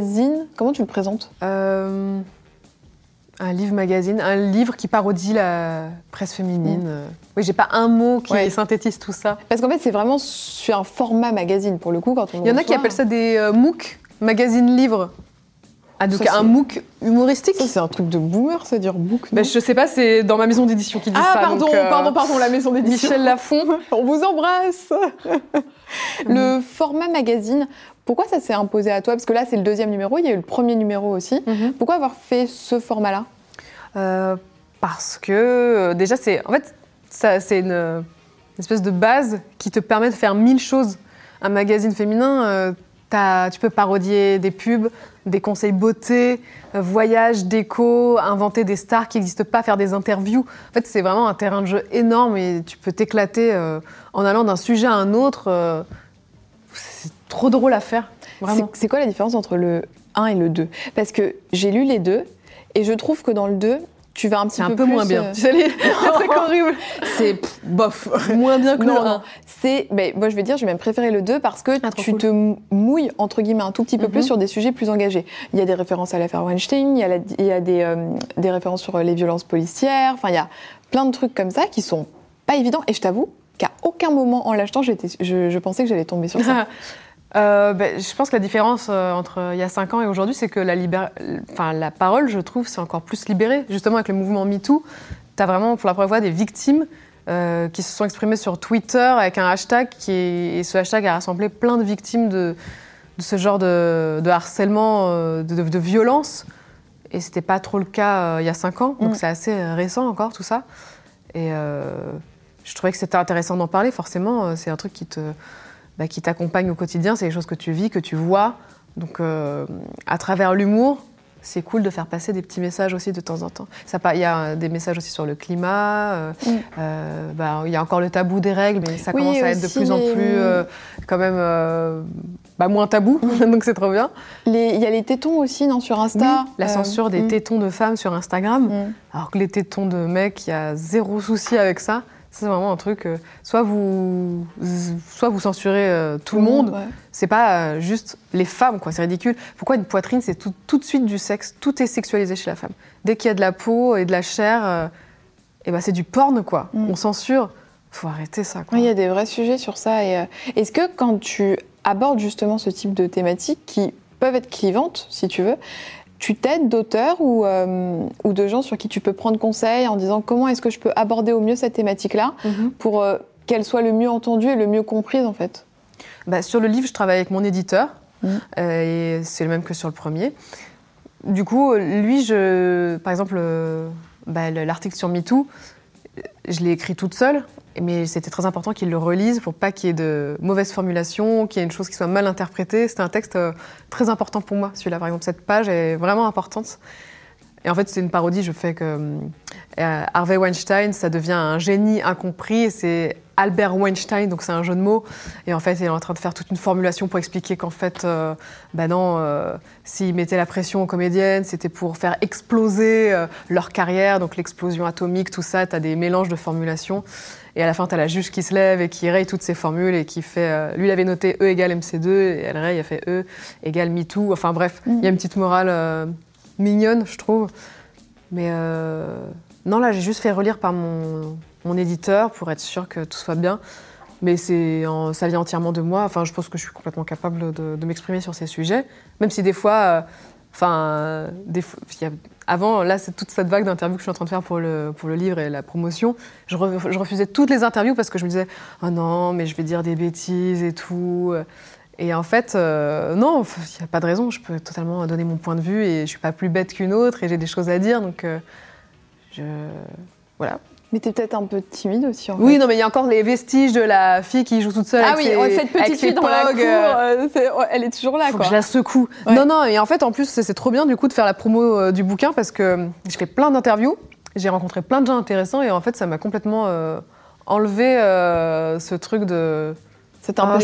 Comment tu le présentes ? Un livre-magazine, un livre qui parodie la presse féminine. Oui, j'ai pas un mot qui synthétise tout ça. Parce qu'en fait, c'est vraiment sur un format magazine, pour le coup, quand on Il y en a qui appellent ça des MOOC, magazine-livre. Ah, donc un MOOC humoristique. Ça, c'est un truc de boomer, ça, dire MOOC. Je sais pas, c'est dans ma maison d'édition qui dit ça. Ah, pardon, la maison d'édition. Michel Lafon. On vous embrasse. Le format magazine, pourquoi ça s'est imposé à toi ? Parce que là, c'est le deuxième numéro, il y a eu le premier numéro aussi. Pourquoi avoir fait ce format-là ? Parce que, déjà, c'est une espèce de base qui te permet de faire 1000 choses. Un magazine féminin, tu peux parodier des pubs, des conseils beauté, voyages, déco, inventer des stars qui n'existent pas, faire des interviews. En fait, c'est vraiment un terrain de jeu énorme et tu peux t'éclater en allant d'un sujet à un autre. C'est trop drôle à faire, vraiment. C'est quoi la différence entre le 1 et le 2 ? Parce que j'ai lu les deux et je trouve que dans le 2, tu vas un petit peu plus... C'est un peu moins bien. Tu sais, les trucs horribles. C'est bof. Moins bien que le 1. Moi, je vais même préférer le 2 parce que tu te mouilles, entre guillemets, un tout petit peu plus sur des sujets plus engagés. Il y a des références à l'affaire Weinstein, il y a des références sur les violences policières, enfin, il y a plein de trucs comme ça qui sont pas évidents. Et je t'avoue qu'à aucun moment en l'achetant, je pensais que j'allais tomber sur ça. Je pense que la différence entre il y a 5 ans et aujourd'hui, c'est que la parole, je trouve, c'est encore plus libérée. Justement, avec le mouvement MeToo, tu as vraiment, pour la première fois, des victimes qui se sont exprimées sur Twitter avec un hashtag et ce hashtag a rassemblé plein de victimes de ce genre de harcèlement, de violence. Et c'était pas trop le cas il y a 5 ans, donc c'est assez récent encore, tout ça. Et je trouvais que c'était intéressant d'en parler, forcément. C'est un truc qui t'accompagne au quotidien, c'est des choses que tu vis, que tu vois. Donc, à travers l'humour, c'est cool de faire passer des petits messages aussi de temps en temps. Il y a des messages aussi sur le climat. Il y a encore le tabou des règles, mais ça commence à être de plus en plus, quand même, moins tabou. Donc, c'est trop bien. Il y a les tétons aussi, non, sur Insta. Oui, la censure des tétons de femmes sur Instagram. Alors que les tétons de mecs, il y a zéro souci avec ça. C'est vraiment un truc, soit vous censurez tout le monde, c'est pas juste les femmes, quoi, c'est ridicule. Pourquoi une poitrine, c'est tout de suite du sexe, tout est sexualisé chez la femme. Dès qu'il y a de la peau et de la chair, c'est du porn, quoi. On censure, faut arrêter ça, quoi. Il y a des vrais sujets sur ça. Et, est-ce que quand tu abordes justement ce type de thématiques qui peuvent être clivantes, si tu veux, tu t'aides d'auteurs ou de gens sur qui tu peux prendre conseil en disant comment est-ce que je peux aborder au mieux cette thématique-là pour qu'elle soit le mieux entendue et le mieux comprise, en fait ? Sur le livre, je travaille avec mon éditeur et c'est le même que sur le premier. Du coup, lui, par exemple, l'article sur MeToo, je l'ai écrit toute seule, mais c'était très important qu'il le relise pour pas qu'il y ait de mauvaises formulations, qu'il y ait une chose qui soit mal interprétée. C'était un texte très important pour moi, celui-là. Par exemple, cette page est vraiment importante. Et en fait, c'est une parodie. Je fais que Harvey Weinstein, ça devient un génie incompris. Et c'est Albert Weinstein, donc c'est un jeu de mots. Et en fait, il est en train de faire toute une formulation pour expliquer qu'en fait, s'il mettait la pression aux comédiennes, c'était pour faire exploser leur carrière, donc l'explosion atomique, tout ça. Tu as des mélanges de formulations. Et à la fin, tu as la juge qui se lève et qui raye toutes ces formules et qui fait... lui, il avait noté E égale MC2 et elle raye, elle fait E égale MeToo. Enfin bref, il y a une petite morale mignonne, je trouve. Mais non, là, j'ai juste fait relire par mon éditeur pour être sûre que tout soit bien. Mais ça vient entièrement de moi. Enfin, je pense que je suis complètement capable de m'exprimer sur ces sujets. Même si des fois, Enfin, avant, là, c'est toute cette vague d'interviews que je suis en train de faire pour le livre et la promotion. Je refusais toutes les interviews parce que je me disais « Oh non, mais je vais dire des bêtises et tout ». Et en fait, non, il n'y a pas de raison. Je peux totalement donner mon point de vue et je ne suis pas plus bête qu'une autre et j'ai des choses à dire. Donc, voilà. Mais t'es peut-être un peu timide aussi, en fait. Oui, non, mais il y a encore les vestiges de la fille qui joue toute seule avec cette petite fille dans la cour, elle est toujours là, faut quoi. Que je la secoue. Ouais. Non, et en fait, en plus, c'est trop bien, du coup, de faire la promo du bouquin parce que je fais plein d'interviews, j'ai rencontré plein de gens intéressants et en fait, ça m'a complètement enlevé ce truc de... je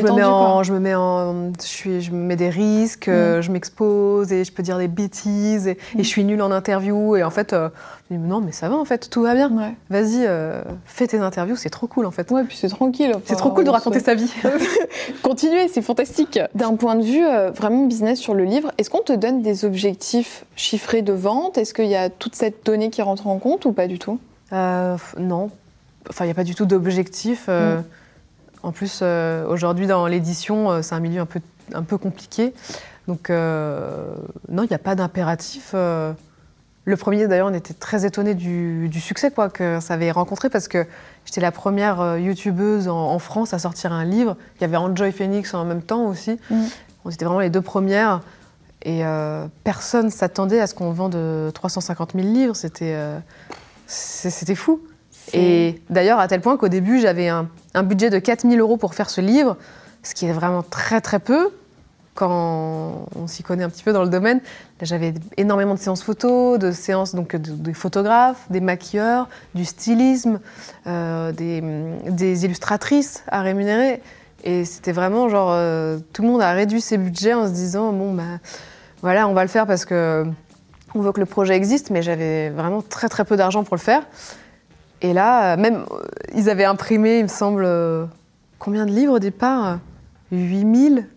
me mets des risques, je m'expose et je peux dire des bêtises et je suis nulle en interview et en fait je me dis non mais ça va en fait, tout va bien. Ouais. Vas-y, fais tes interviews, c'est trop cool en fait. Ouais, puis c'est tranquille. C'est trop cool de raconter sa vie. Continuez, c'est fantastique. D'un point de vue vraiment business sur le livre, est-ce qu'on te donne des objectifs chiffrés de vente ? Est-ce qu'il y a toute cette donnée qui rentre en compte ou pas du tout ? Non, enfin il n'y a pas du tout d'objectif. En plus, aujourd'hui, dans l'édition, c'est un milieu un peu compliqué. Donc, non, il n'y a pas d'impératif. Le premier, d'ailleurs, on était très étonnés du succès que ça avait rencontré parce que j'étais la première youtubeuse en France à sortir un livre. Il y avait Enjoy Phoenix en même temps aussi. On était vraiment les deux premières. Et personne ne s'attendait à ce qu'on vende 350 000 livres. C'était fou. Et d'ailleurs, à tel point qu'au début, j'avais un budget de 4 000 € pour faire ce livre, ce qui est vraiment très très peu quand on s'y connaît un petit peu dans le domaine. Là, j'avais énormément de séances photos, de séances donc des photographes, des maquilleurs, du stylisme, des illustratrices à rémunérer. Et c'était vraiment genre, tout le monde a réduit ses budgets en se disant bon bah voilà, on va le faire parce que on veut que le projet existe, mais j'avais vraiment très très peu d'argent pour le faire. Et là, même, ils avaient imprimé, il me semble, combien de livres au départ ? 8 000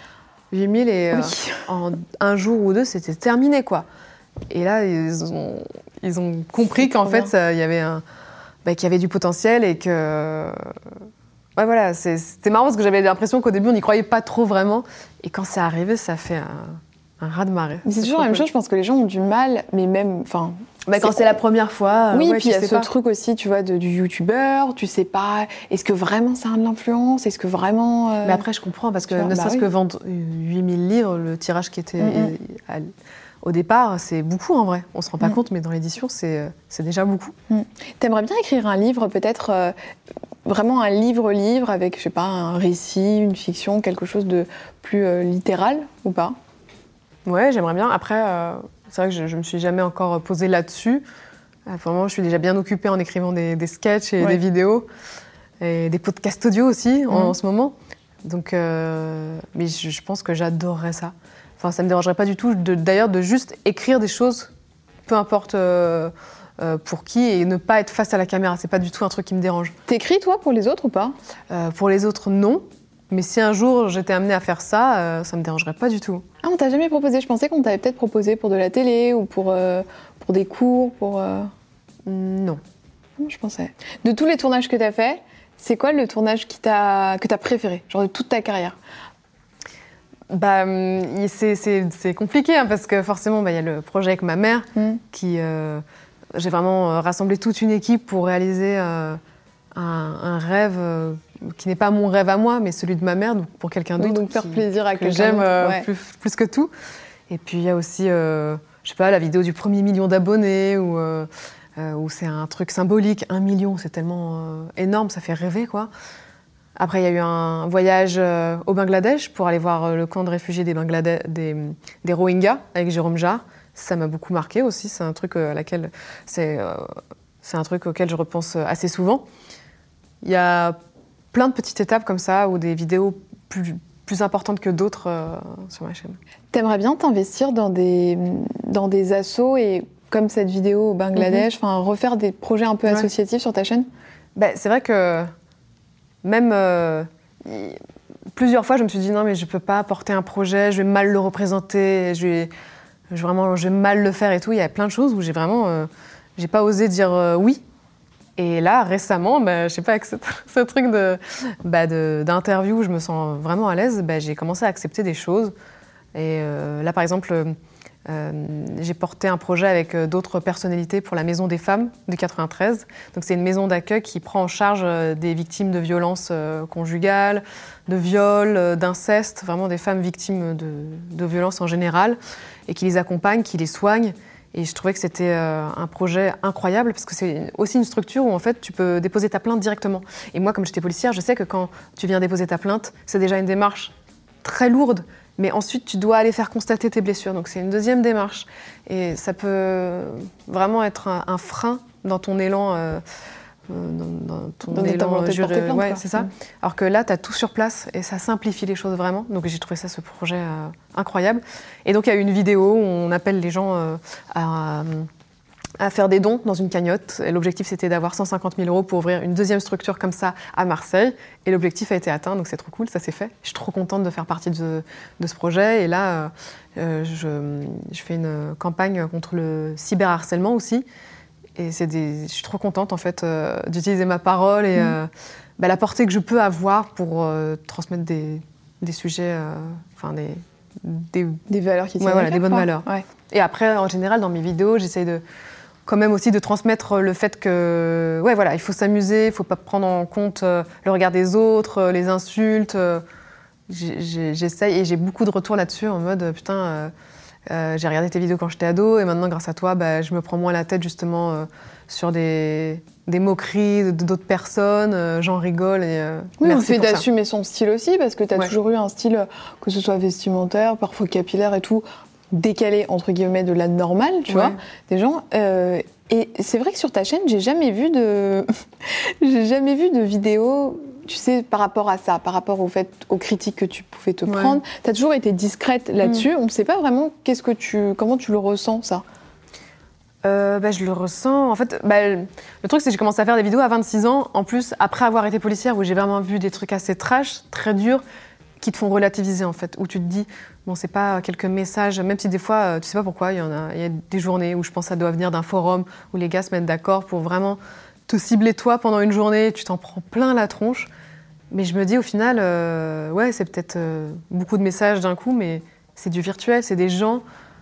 et oui. En un jour ou deux, c'était terminé, quoi. Et là, ils ont compris qu'en fait, il y avait qu'il y avait du potentiel et que... Ouais, voilà, c'était marrant parce que j'avais l'impression qu'au début, on n'y croyait pas trop vraiment. Et quand c'est arrivé, ça fait un raz-de-marée. Mais c'est toujours la même chose, je pense que les gens ont du mal, mais même... quand c'est la première fois... Oui, puis il y a ce truc aussi, tu vois, du youtubeur, tu sais pas, est-ce que vraiment ça a de l'influence ? Est-ce que vraiment... Mais après, je comprends, parce que ne serait-ce que vendre 8 000 livres, le tirage qui était au départ, c'est beaucoup en vrai. On se rend pas compte, mais dans l'édition, c'est déjà beaucoup. T'aimerais bien écrire un livre, peut-être, vraiment un livre avec, je sais pas, un récit, une fiction, quelque chose de plus littéral, ou pas ? Ouais, j'aimerais bien. Après... c'est vrai que je ne me suis jamais encore posée là-dessus. Pour le moment, je suis déjà bien occupée en écrivant des sketchs et des vidéos. Et des podcasts audio aussi, en ce moment. Donc, mais je pense que j'adorerais ça. Enfin, ça ne me dérangerait pas du tout, d'ailleurs, de juste écrire des choses, peu importe pour qui, et ne pas être face à la caméra. C'est pas du tout un truc qui me dérange. T'écris, toi, pour les autres ou pas ? Pour les autres, non. Mais si un jour j'étais amenée à faire ça, ça me dérangerait pas du tout. Ah, on t'a jamais proposé ? Je pensais qu'on t'avait peut-être proposé pour de la télé ou pour des cours, pour... Non. Je pensais. De tous les tournages que t'as fait, c'est quoi le tournage que t'as préféré, genre de toute ta carrière ? C'est compliqué, parce que forcément, y a le projet avec ma mère qui... j'ai vraiment rassemblé toute une équipe pour réaliser un rêve... qui n'est pas mon rêve à moi, mais celui de ma mère, donc pour quelqu'un d'autre. Donc faire plaisir à quelqu'un j'aime d'autre. plus que tout. Et puis il y a aussi, je sais pas, la vidéo du 1er million d'abonnés, où c'est un truc symbolique. 1 million, c'est tellement énorme, ça fait rêver, quoi. Après, il y a eu un voyage au Bangladesh pour aller voir le camp de réfugiés des Rohingyas avec Jérôme Jarre. Ça m'a beaucoup marqué aussi. C'est un truc c'est un truc auquel je repense assez souvent. Il y a plein de petites étapes comme ça, ou des vidéos plus importantes que d'autres sur ma chaîne. T'aimerais bien t'investir dans des assos et, comme cette vidéo au Bangladesh, refaire des projets un peu associatifs sur ta chaîne ? C'est vrai que même plusieurs fois, je me suis dit non, mais je peux pas porter un projet, je vais mal le représenter, je vais mal le faire et tout. Il y a plein de choses où j'ai pas osé dire oui. Et là, récemment, je sais pas, avec ce truc d'interview où je me sens vraiment à l'aise, j'ai commencé à accepter des choses. Et là, par exemple, J'ai porté un projet avec d'autres personnalités pour la Maison des Femmes de 93. Donc c'est une maison d'accueil qui prend en charge des victimes de violences conjugales, de viols, d'inceste, vraiment des femmes victimes de violences en général, et qui les accompagne, qui les soigne. Et je trouvais que c'était un projet incroyable parce que c'est aussi une structure où en fait tu peux déposer ta plainte directement. Et moi, comme j'étais policière, je sais que quand tu viens déposer ta plainte, c'est déjà une démarche très lourde, mais ensuite tu dois aller faire constater tes blessures. Donc c'est une deuxième démarche. Et ça peut vraiment être un frein dans ton élan. Dans ton élan juridique. Ouais, c'est ça. Alors que là, tu as tout sur place et ça simplifie les choses vraiment. Donc j'ai trouvé ce projet incroyable. Et donc il y a eu une vidéo où on appelle les gens à faire des dons dans une cagnotte. Et l'objectif, c'était d'avoir 150 000 € pour ouvrir une deuxième structure comme ça à Marseille. Et l'objectif a été atteint, donc c'est trop cool, ça s'est fait. Je suis trop contente de faire partie de ce projet. Et là, je fais une campagne contre le cyberharcèlement aussi. Et je suis trop contente en fait d'utiliser ma parole et la portée que je peux avoir pour transmettre des sujets, des valeurs qui tiennent des bonnes valeurs. Ouais. Et après, en général, dans mes vidéos, j'essaie quand même aussi de transmettre le fait que il faut s'amuser, il ne faut pas prendre en compte le regard des autres, les insultes. J'essaye et j'ai beaucoup de retours là-dessus en mode putain. J'ai regardé tes vidéos quand j'étais ado et maintenant, grâce à toi, je me prends moins la tête justement sur des moqueries d'autres personnes. J'en rigole et oui, merci on fait pour d'assumer son style aussi parce que tu as toujours eu un style, que ce soit vestimentaire, parfois capillaire et tout, décalé entre guillemets de la normale, tu vois, des gens. Et c'est vrai que sur ta chaîne, j'ai jamais vu de vidéo. Tu sais, par rapport à ça, par rapport aux critiques que tu pouvais te prendre, tu as toujours été discrète là-dessus. On ne sait pas vraiment comment tu le ressens, ça. Je le ressens. En fait, le truc, c'est que j'ai commencé à faire des vidéos à 26 ans. En plus, après avoir été policière, où j'ai vraiment vu des trucs assez trash, très durs, qui te font relativiser, en fait. Où tu te dis, bon, c'est pas quelques messages, même si des fois, tu sais pas pourquoi, il y a des journées où je pense que ça doit venir d'un forum, où les gars se mettent d'accord pour vraiment te cibler toi pendant une journée, tu t'en prends plein la tronche. Mais je me dis au final, c'est peut-être beaucoup de messages d'un coup, mais c'est du virtuel, c'est des gens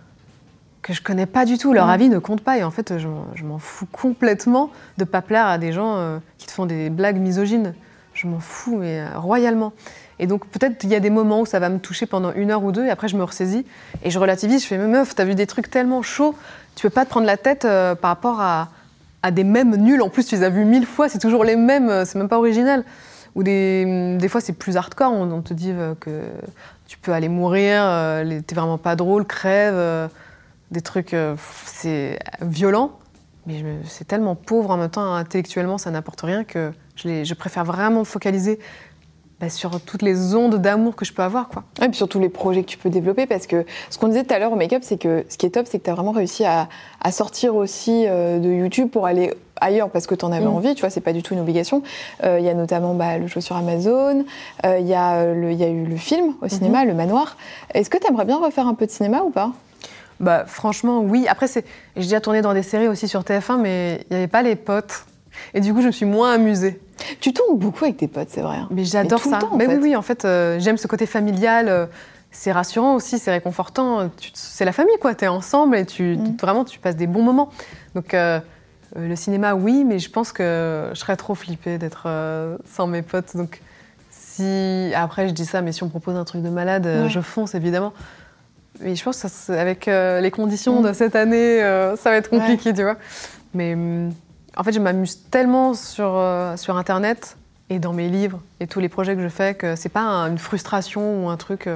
que je connais pas du tout, leur avis ne compte pas. Et en fait, je m'en fous complètement de pas plaire à des gens qui te font des blagues misogynes. Je m'en fous, mais royalement. Et donc peut-être il y a des moments où ça va me toucher pendant 1 heure ou 2, et après je me ressaisis, et je relativise, je fais « Mais meuf, t'as vu des trucs tellement chauds, tu peux pas te prendre la tête par rapport à des mèmes nuls. En plus, tu les as vus 1000 fois, c'est toujours les mêmes, c'est même pas original. » Ou des fois, c'est plus hardcore, on te dit que tu peux aller mourir, t'es vraiment pas drôle, crève, des trucs, c'est violent. Mais c'est tellement pauvre en même temps, intellectuellement, ça n'apporte rien que je préfère vraiment me focaliser sur toutes les ondes d'amour que je peux avoir, quoi. Et puis sur tous les projets que tu peux développer, parce que ce qu'on disait tout à l'heure au make-up, c'est que ce qui est top, c'est que tu as vraiment réussi à sortir aussi de YouTube pour aller ailleurs, parce que tu en avais envie, tu vois, c'est pas du tout une obligation. Il y a notamment le show sur Amazon, il y a eu le film au cinéma, Le Manoir. Est-ce que tu aimerais bien refaire un peu de cinéma ou pas ? Franchement, oui. Après, j'ai déjà tourné dans des séries aussi sur TF1, mais il n'y avait pas les potes. Et du coup, je me suis moins amusée. Tu tournes beaucoup avec tes potes, c'est vrai. Mais j'adore ça. Oui, en fait, j'aime ce côté familial. C'est rassurant aussi, c'est réconfortant. C'est la famille, quoi. T'es ensemble et vraiment, tu passes des bons moments. Donc, le cinéma, oui, mais je pense que je serais trop flippée d'être sans mes potes. Donc, après, je dis ça, mais si on me propose un truc de malade, je fonce, évidemment. Mais je pense qu'avec les conditions de cette année, ça va être compliqué, tu vois. Mais en fait, je m'amuse tellement sur Internet et dans mes livres et tous les projets que je fais que c'est pas une frustration ou un truc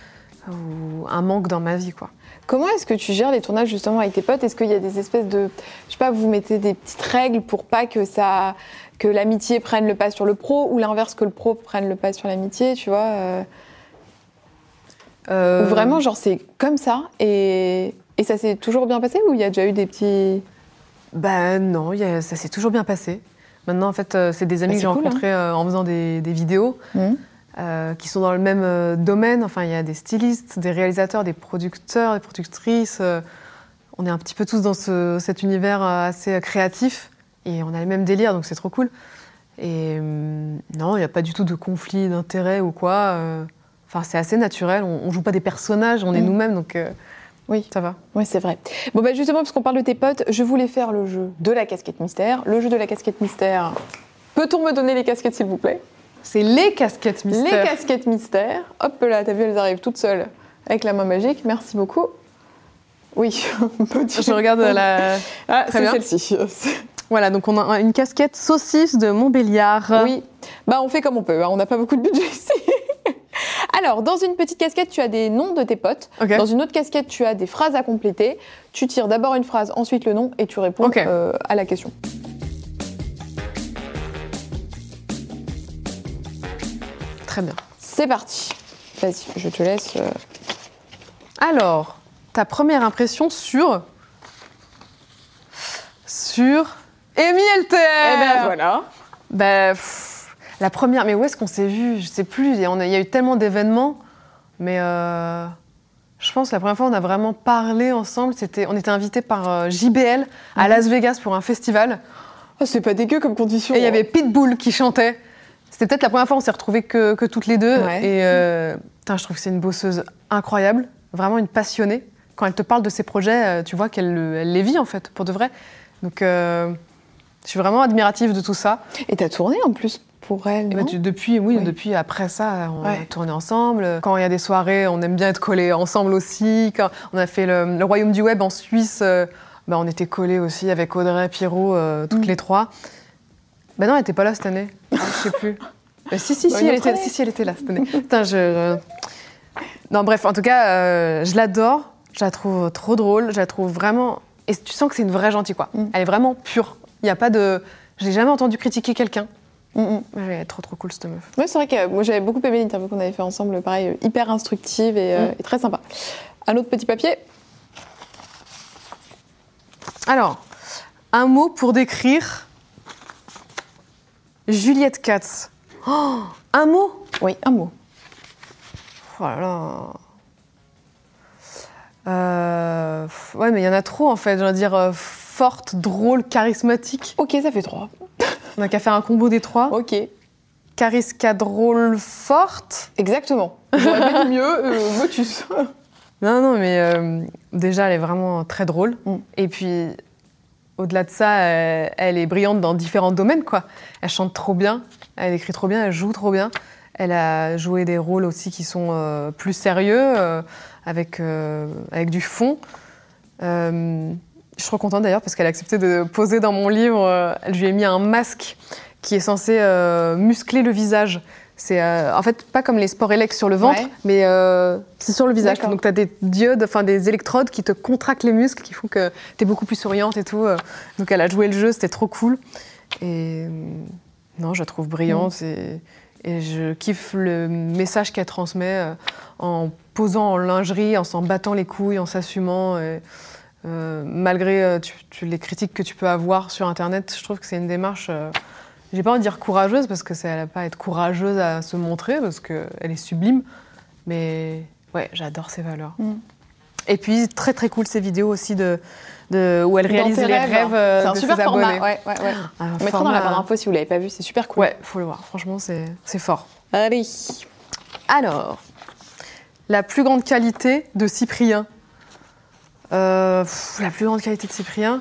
ou un manque dans ma vie, quoi. Comment est-ce que tu gères les tournages justement avec tes potes ? Est-ce qu'il y a des espèces de, je sais pas, vous mettez des petites règles pour pas que l'amitié prenne le pas sur le pro, ou l'inverse, que le pro prenne le pas sur l'amitié, tu vois Ou vraiment, genre, c'est comme ça et ça s'est toujours bien passé, ou il y a déjà eu des petits... Non, ça s'est toujours bien passé. Maintenant, en fait, c'est des amis que j'ai rencontrés en faisant des vidéos qui sont dans le même domaine. Enfin, il y a des stylistes, des réalisateurs, des producteurs, des productrices. On est un petit peu tous dans cet univers assez créatif et on a les mêmes délires, donc c'est trop cool. Et non, il n'y a pas du tout de conflit d'intérêts ou quoi. Enfin, c'est assez naturel. On joue pas des personnages, on est nous-mêmes, donc Oui, ça va. Oui, c'est vrai. Bon, bah justement, parce qu'on parle de tes potes, je voulais faire le jeu de la casquette mystère. Le jeu de la casquette mystère, peut-on me donner les casquettes, s'il vous plaît? C'est les casquettes mystères. Les casquettes mystères. Hop là, t'as vu, elles arrivent toutes seules avec la main magique. Merci beaucoup. Oui, je regarde la... Ah, c'est celle-ci. Voilà, donc on a une casquette saucisse de Montbéliard. Oui, bah on fait comme on peut, hein. On n'a pas beaucoup de budget ici. Alors, dans une petite casquette, tu as des noms de tes potes. Okay. Dans une autre casquette, tu as des phrases à compléter. Tu tires d'abord une phrase, ensuite le nom, et tu réponds à la question. Très bien. C'est parti. Vas-y, je te laisse. Alors, ta première impression sur Amy Elter. Eh ben voilà. La première, mais où est-ce qu'on s'est vus? Je sais plus, il y a eu tellement d'événements, mais je pense que la première fois on a vraiment parlé ensemble, on était invités par JBL à Las Vegas pour un festival. Oh, c'est pas dégueu comme condition. Et il y avait Pitbull qui chantait. C'était peut-être la première fois où on s'est retrouvés que toutes les deux. Ouais. Et je trouve que c'est une bosseuse incroyable, vraiment une passionnée. Quand elle te parle de ses projets, tu vois qu'elle les vit en fait, pour de vrai. Donc je suis vraiment admirative de tout ça. Et t'as tourné en plus pour elle, non? Depuis après ça, on a tourné ensemble. Quand il y a des soirées, on aime bien être collés ensemble aussi. Quand on a fait le Royaume du Web en Suisse, on était collés aussi avec Audrey, Pierrot, toutes les trois. Non, elle n'était pas là cette année. Je sais plus. Si, elle était là cette année. Putain, Non, bref, en tout cas, je l'adore. Je la trouve trop drôle. Je la trouve vraiment... Et tu sens que c'est une vraie gentille, quoi. Elle est vraiment pure. Il n'y a pas de... J'ai jamais entendu critiquer quelqu'un. Elle est trop cool, cette meuf. Oui, c'est vrai que moi, j'avais beaucoup aimé l'interview qu'on avait fait ensemble. Pareil, hyper instructive et très sympa. Un autre petit papier. Alors, un mot pour décrire Juliette Katz. Oh, un mot? Oui, un mot. Oh là là. Ouais, mais il y en a trop en fait. Je veux dire forte, drôle, charismatique. Ok, ça fait 3. On n'a qu'à faire un combo des 3. Ok. Charisca, drôle, forte. Exactement. J'aurais pas dit mieux, motus. Non, mais déjà, elle est vraiment très drôle. Et puis, au-delà de ça, elle est brillante dans différents domaines, quoi. Elle chante trop bien, elle écrit trop bien, elle joue trop bien. Elle a joué des rôles aussi qui sont plus sérieux, avec du fond. Je suis trop contente d'ailleurs parce qu'elle a accepté de poser dans mon livre. Je lui ai mis un masque qui est censé muscler le visage. C'est en fait pas comme les sports élects sur le ventre, mais c'est sur le visage. Donc tu as des diodes, enfin des électrodes qui te contractent les muscles, qui font que tu es beaucoup plus souriante et tout. Donc elle a joué le jeu, c'était trop cool. Et non, je la trouve brillante et je kiffe le message qu'elle transmet en posant en lingerie, en s'en battant les couilles, en s'assumant. Malgré les critiques que tu peux avoir sur Internet, je trouve que c'est une démarche... j'ai pas envie de dire courageuse, parce qu'elle n'a pas à être courageuse à se montrer, parce qu'elle est sublime. Mais ouais, j'adore ses valeurs. Et puis, très très cool, ces vidéos aussi où elle réalise les rêves c'est un de super ses format. abonnés. Ouais. On mettra dans la barre d'infos si vous l'avez pas vu, c'est super cool. Ouais, faut le voir. Franchement, c'est fort. Allez. Alors, la plus grande qualité de Cyprien. La plus grande qualité de Cyprien.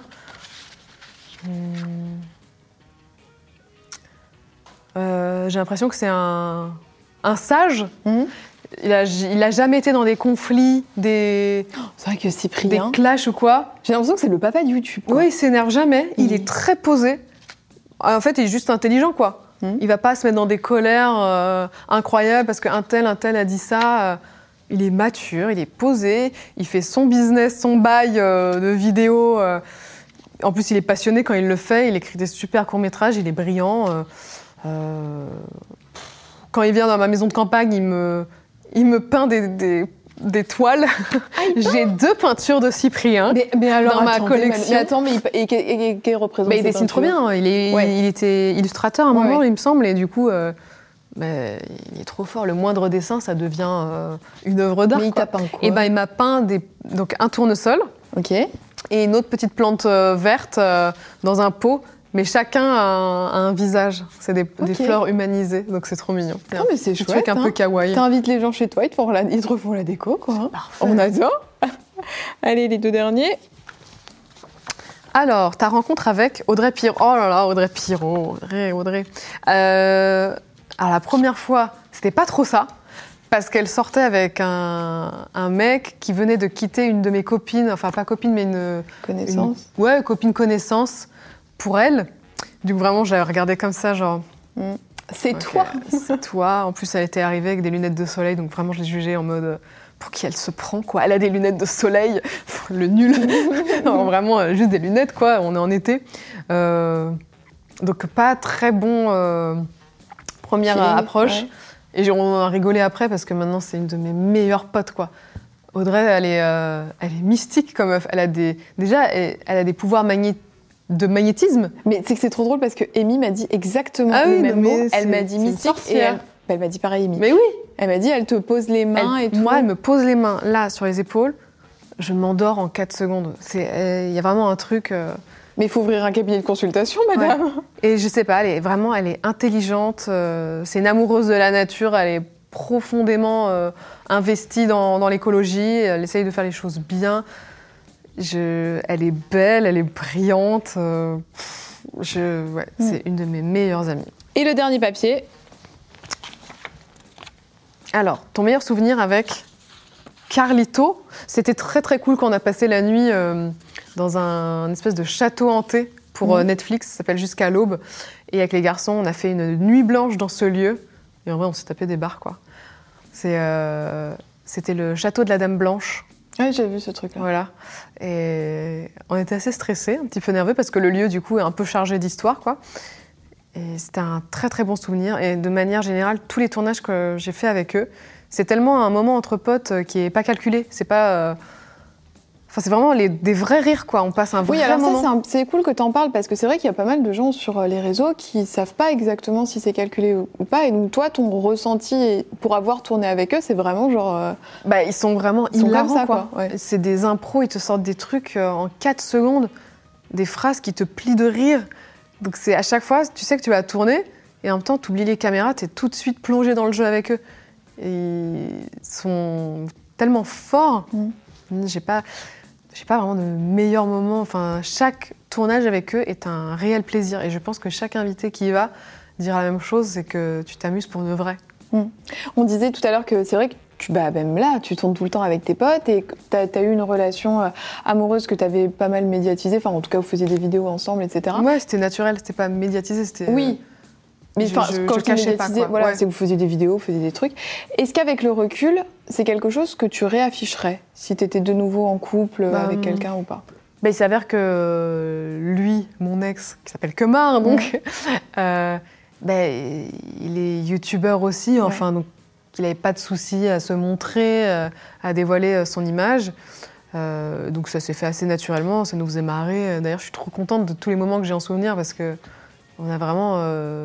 J'ai l'impression que c'est un sage. Il a jamais été dans des conflits, c'est vrai que Cyprien, des clashs ou quoi. J'ai l'impression que c'est le papa de YouTube. Oui, il s'énerve jamais. Il est très posé. En fait, il est juste intelligent, quoi. Il va pas se mettre dans des colères incroyables parce qu'un tel a dit ça. Il est mature, il est posé, il fait son business, son bail de vidéos. En plus, il est passionné quand il le fait. Il écrit des super courts-métrages, il est brillant. Quand il vient dans ma maison de campagne, il me peint des toiles. J'ai 2 peintures de Cyprien mais alors, dans ma collection. Mais attends, mais quel représente il dessine trop bien. Il était illustrateur à un moment, il me semble, et du coup... il est trop fort. Le moindre dessin, ça devient une œuvre d'art. Mais il t'a peint quoi? Et il m'a peint donc un tournesol et une autre petite plante verte dans un pot. Mais chacun a un visage. C'est des fleurs humanisées, donc c'est trop mignon. Non, mais c'est chouette. Un truc un peu kawaii. T'invites les gens chez toi, ils te refont la déco, quoi. On adore. Allez, les 2 derniers. Alors, ta rencontre avec Audrey Pirot. Oh là là, Audrey Pirot. Audrey. Alors, la première fois, c'était pas trop ça. Parce qu'elle sortait avec un mec qui venait de quitter une de mes copines. Enfin, pas copine, mais une... Connaissance. Copine connaissance pour elle. Du coup, vraiment, j'avais regardé comme ça, genre... C'est toi. C'est toi. En plus, elle était arrivée avec des lunettes de soleil. Donc, vraiment, je l'ai jugée en mode... Pour qui elle se prend, quoi. Elle a des lunettes de soleil. Le nul. Non, vraiment, juste des lunettes, quoi. On est en été. Donc, pas très bon première approche. Ouais. Et on a rigolé après parce que maintenant, c'est une de mes meilleures potes, quoi. Audrey, elle est mystique comme meuf. Elle a des pouvoirs de magnétisme. Mais c'est que c'est trop drôle parce que Amy m'a dit exactement le même mot. Elle m'a dit mystique et elle m'a dit pareil, Amy. Mais oui. Elle m'a dit, elle te pose les mains et tout. Moi, elle me pose les mains là sur les épaules. Je m'endors en 4 secondes. Il y a vraiment un truc. Mais il faut ouvrir un cabinet de consultation, madame. Ouais. Et je sais pas, elle est intelligente. C'est une amoureuse de la nature. Elle est profondément investie dans l'écologie. Elle essaye de faire les choses bien. Elle est belle, elle est brillante. C'est une de mes meilleures amies. Et le dernier papier. Alors, ton meilleur souvenir avec Carlito, c'était très très cool quand on a passé la nuit dans un espèce de château hanté pour Netflix, ça s'appelle Jusqu'à l'aube. Et avec les garçons, on a fait une nuit blanche dans ce lieu. Et en vrai, on s'est tapé des barres, quoi. C'était le château de la Dame Blanche. Oui, j'ai vu ce truc-là. Voilà. Et on était assez stressés, un petit peu nerveux, parce que le lieu, du coup, est un peu chargé d'histoire, quoi. Et c'était un très très bon souvenir. Et de manière générale, tous les tournages que j'ai fait avec eux, c'est tellement un moment entre potes qui est pas calculé. C'est pas... c'est vraiment des vrais rires, quoi. On passe un vrai moment. Oui, alors ça, c'est cool que t'en parles, parce que c'est vrai qu'il y a pas mal de gens sur les réseaux qui savent pas exactement si c'est calculé ou pas. Et donc toi, ton ressenti pour avoir tourné avec eux, c'est vraiment genre... ils sont vraiment hilarants, comme ça, quoi. Ouais. C'est des impros, ils te sortent des trucs en 4 secondes, des phrases qui te plient de rire. Donc c'est à chaque fois, tu sais que tu vas tourner, et en même temps, tu oublies les caméras, tu es tout de suite plongé dans le jeu avec eux. Et ils sont tellement forts. J'ai pas vraiment de meilleurs moments. Enfin, chaque tournage avec eux est un réel plaisir. Et je pense que chaque invité qui y va dira la même chose, c'est que tu t'amuses pour de vrai. On disait tout à l'heure que c'est vrai que même là, tu tournes tout le temps avec tes potes et tu as eu une relation amoureuse que tu avais pas mal médiatisée. Enfin, en tout cas, vous faisiez des vidéos ensemble, etc. Ouais, c'était naturel, c'était pas médiatisé, c'était... Oui. Mais quand je cachais pas, quoi. Voilà, c'est que vous faisiez des vidéos, vous faisiez des trucs. Est-ce qu'avec le recul, c'est quelque chose que tu réafficherais si tu étais de nouveau en couple avec quelqu'un ou pas ? Il s'avère que lui, mon ex, qui s'appelle Kemar, donc, il est youtubeur aussi, enfin, donc il n'avait pas de souci à se montrer, à dévoiler son image. Donc ça s'est fait assez naturellement, ça nous faisait marrer. D'ailleurs, je suis trop contente de tous les moments que j'ai en souvenir parce qu'on a vraiment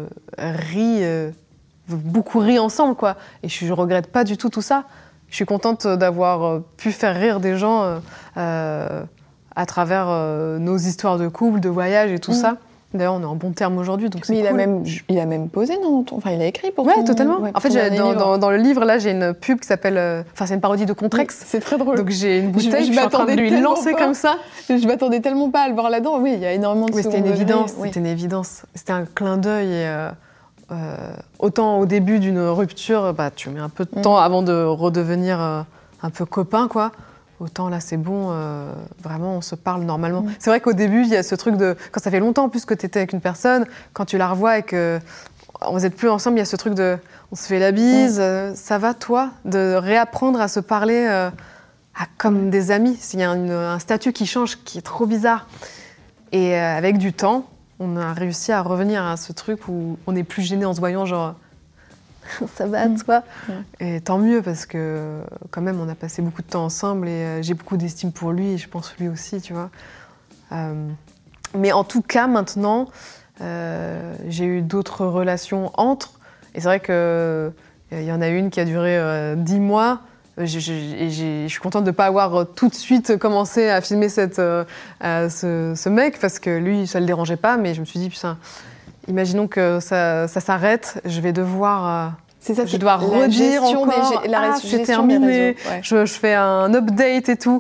beaucoup ri ensemble, quoi. Et je ne regrette pas du tout ça. Je suis contente d'avoir pu faire rire des gens à travers nos histoires de couple, de voyage et tout ça. D'ailleurs, on est en bon terme aujourd'hui, donc c'est cool. Il a même posé, non ? Enfin, il a écrit pour Ouais, totalement. En fait, dans le livre, là, j'ai une pub qui s'appelle... c'est une parodie de Contrex. Oui, c'est très drôle. Donc j'ai une bouteille, je suis en train de lui lancer comme ça. Je m'attendais tellement pas à le voir là-dedans. Oui, il y a énormément de c'était une évidence. C'était une évidence. C'était un clin d'œil. Et, autant au début d'une rupture, tu mets un peu de temps avant de redevenir un peu copain, quoi. Autant là, c'est bon, vraiment, on se parle normalement. C'est vrai qu'au début, il y a ce truc de... Quand ça fait longtemps en plus que tu étais avec une personne, quand tu la revois et que vous n'êtes plus ensemble, il y a ce truc de... On se fait la bise, ça va toi ? De réapprendre à se parler comme des amis. Il y a un statut qui change, qui est trop bizarre. Et avec du temps, on a réussi à revenir à ce truc où on n'est plus gêné en se voyant, genre... ça va, toi. Et tant mieux, parce que quand même, on a passé beaucoup de temps ensemble et j'ai beaucoup d'estime pour lui et je pense lui aussi, tu vois. Mais en tout cas, maintenant, j'ai eu d'autres relations entre. Et c'est vrai qu'il y en a une qui a duré 10 mois. Je suis contente de ne pas avoir tout de suite commencé à filmer ce mec, parce que lui, ça ne le dérangeait pas. Mais je me suis dit, putain... Imaginons que ça s'arrête, je vais devoir... je dois redire encore, c'est terminé, je fais un update et tout.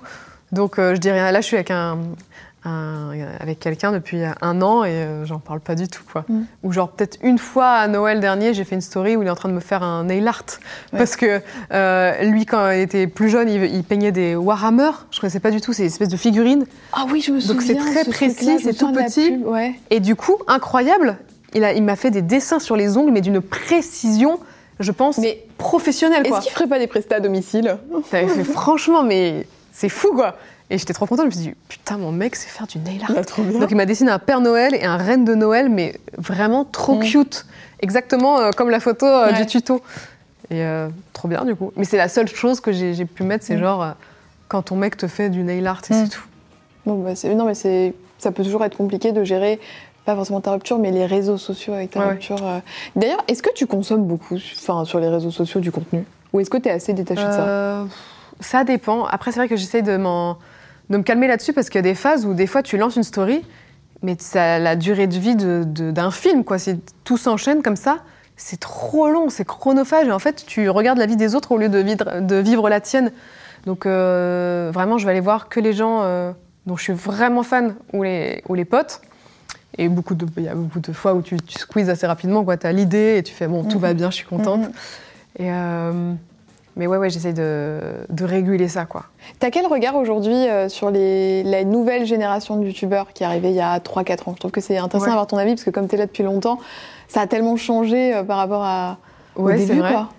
Donc je dis rien. Là, je suis avec quelqu'un depuis 1 an et j'en parle pas du tout, quoi. Ou genre peut-être une fois à Noël dernier, j'ai fait une story où il est en train de me faire un nail art. Parce que lui, quand il était plus jeune, il peignait des Warhammer. Je connaissais pas du tout, c'est une espèce de figurines. Ah oui, je me souviens. Donc c'est très précis, c'est tout petit. Et du coup, incroyable, il m'a fait des dessins sur les ongles, mais d'une précision, je pense, professionnelle, quoi. Est-ce qu'il ferait pas des prestats à domicile? Franchement, mais c'est fou, quoi. Et j'étais trop contente, je me suis dit, putain, mon mec sait faire du nail art. Trop bien. Donc il m'a dessiné un Père Noël et un Reine de Noël, mais vraiment trop cute. Exactement comme la photo du tuto. Et trop bien, du coup. Mais c'est la seule chose que j'ai pu mettre, c'est genre, quand ton mec te fait du nail art, et c'est tout. Bon, bah, non, mais ça peut toujours être compliqué de gérer, pas forcément ta rupture, mais les réseaux sociaux avec ta rupture. D'ailleurs, est-ce que tu consommes beaucoup sur les réseaux sociaux du contenu? Ou est-ce que tu es assez détaché de ça? Ça dépend. Après, c'est vrai que j'essaye de me calmer là-dessus parce qu'il y a des phases où des fois tu lances une story, mais ça a la durée de vie d'un film, quoi. Si tout s'enchaîne comme ça, c'est trop long, c'est chronophage. Et en fait, tu regardes la vie des autres au lieu de vivre la tienne. Donc vraiment, je vais aller voir que les gens dont je suis vraiment fan ou les potes. Et il y a beaucoup de fois où tu squeezes assez rapidement, quoi. Tu as l'idée et tu fais bon, tout va bien, je suis contente. Et mais ouais, j'essaie de réguler ça, quoi. T'as quel regard aujourd'hui sur la nouvelle génération de youtubeurs qui est arrivée il y a 3-4 ans? Je trouve que c'est intéressant d'avoir ton avis, parce que comme t'es là depuis longtemps, ça a tellement changé par rapport au début, c'est vrai. quoi.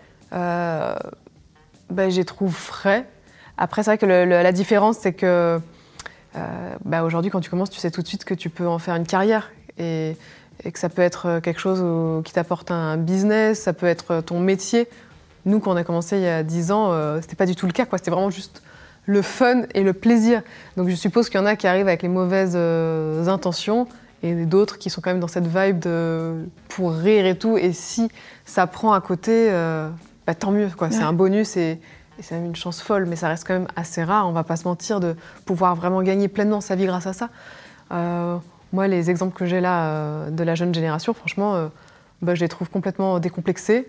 Je les trouve frais. Après, c'est vrai que la différence, c'est que aujourd'hui, quand tu commences, tu sais tout de suite que tu peux en faire une carrière et que ça peut être quelque chose qui t'apporte un business, ça peut être ton métier. Nous, quand on a commencé il y a 10 ans, c'était pas du tout le cas, quoi. C'était vraiment juste le fun et le plaisir. Donc je suppose qu'il y en a qui arrivent avec les mauvaises intentions et d'autres qui sont quand même dans cette vibe pour rire et tout. Et si ça prend à côté, tant mieux, quoi. C'est un bonus et c'est même une chance folle, mais ça reste quand même assez rare, on va pas se mentir, de pouvoir vraiment gagner pleinement sa vie grâce à ça. Moi, les exemples que j'ai là de la jeune génération, franchement, je les trouve complètement décomplexés.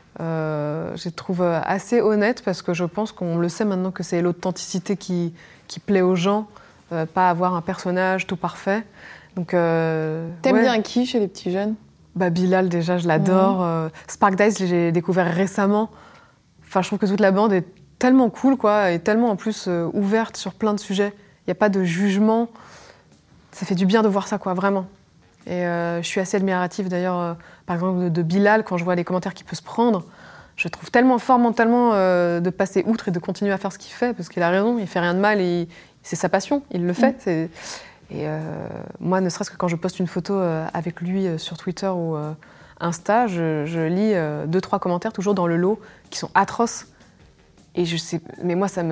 Je les trouve assez honnêtes parce que je pense qu'on le sait maintenant que c'est l'authenticité qui plaît aux gens, pas avoir un personnage tout parfait. Donc, T'aimes bien qui chez les petits jeunes? Bilal, déjà, je l'adore. Spark Dice, j'ai découvert récemment. Enfin, je trouve que toute la bande est tellement cool, quoi, et tellement en plus ouverte sur plein de sujets. Il n'y a pas de jugement. Ça fait du bien de voir ça, quoi, vraiment. Et je suis assez admirative d'ailleurs, par exemple, de Bilal, quand je vois les commentaires qu'il peut se prendre. Je trouve tellement fort mentalement de passer outre et de continuer à faire ce qu'il fait, parce qu'il a raison, il fait rien de mal et c'est sa passion, il le fait. Et moi, ne serait-ce que quand je poste une photo avec lui sur Twitter ou Insta, je lis 2-3 commentaires toujours dans le lot qui sont atroces. Et je sais, mais moi, ça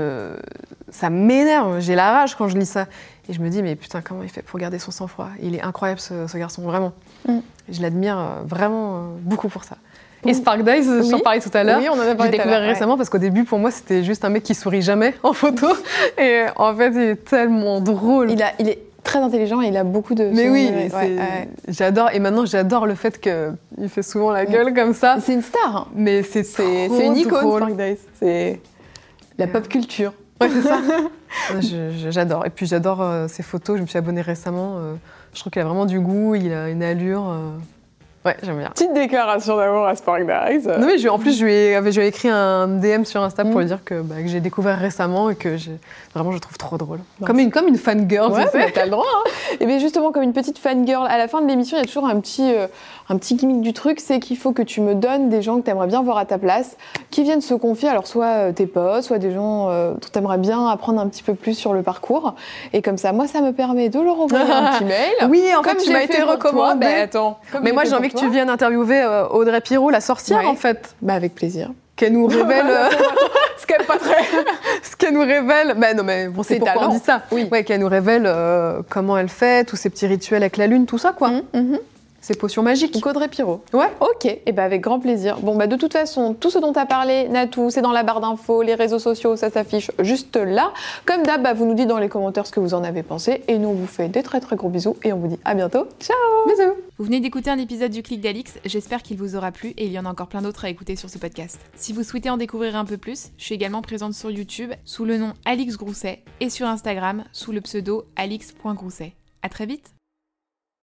m'énerve, j'ai la rage quand je lis ça. Et je me dis, mais putain, comment il fait pour garder son sang-froid? Il est incroyable, ce garçon, vraiment. Je l'admire vraiment beaucoup pour ça. Et Spark Dice, j'en parlais tout à l'heure. Oui, on en a parlé. J'ai découvert récemment parce qu'au début, pour moi, c'était juste un mec qui sourit jamais en photo. Et en fait, il est tellement drôle. Il est très intelligent et il a beaucoup de... Mais oui, j'adore. Et maintenant, j'adore le fait qu'il fait souvent la gueule comme ça. C'est une star. Hein. Mais c'est une icône, drôle. Spark Dice. C'est la pop culture. Ouais, c'est ça. J'adore. Et puis j'adore ses photos. Je me suis abonnée récemment. Je trouve qu'il a vraiment du goût. Il a une allure. Ouais, j'aime bien. Petite déclaration d'amour à Spark Dice. Non, mais en plus, je lui ai écrit un DM sur Insta pour lui dire que j'ai découvert récemment et que vraiment, je trouve trop drôle. Comme une fangirl, ouais, tu sais. T'as le droit. Hein. Et bien justement, comme une petite fangirl, à la fin de l'émission, il y a toujours un petit gimmick du truc, c'est qu'il faut que tu me donnes des gens que t'aimerais bien voir à ta place, qui viennent se confier, alors soit tes potes, soit des gens dont t'aimerais bien apprendre un petit peu plus sur le parcours. Et comme ça, moi, ça me permet de leur envoyer un petit mail. Oui, en fait, tu m'as été recommandé. Attends. Mais moi, j'ai envie que tu viennes interviewer Audrey Pirot, la sorcière, en fait. Avec plaisir. Qu'elle nous révèle ce qu'elle pas très... ce qu'elle nous révèle. Non, mais bon, c'est pourquoi on dit ça. Oui. Ouais, qu'elle nous révèle comment elle fait, tous ses petits rituels avec la lune, tout ça, quoi. C'est potion magique. Donc Audrey Pirot. Ouais. Ok, et ben avec grand plaisir. Bon bah de toute façon, tout ce dont tu as parlé, Natou, c'est dans la barre d'infos, les réseaux sociaux, ça s'affiche juste là. Comme d'hab, bah, vous nous dites dans les commentaires ce que vous en avez pensé. Et nous, on vous fait des très très gros bisous et on vous dit à bientôt. Ciao. Bisous. Vous venez d'écouter un épisode du Clic d'Alix, j'espère qu'il vous aura plu et il y en a encore plein d'autres à écouter sur ce podcast. Si vous souhaitez en découvrir un peu plus, je suis également présente sur YouTube sous le nom Alix Grousset et sur Instagram sous le pseudo alix.grousset. À très vite.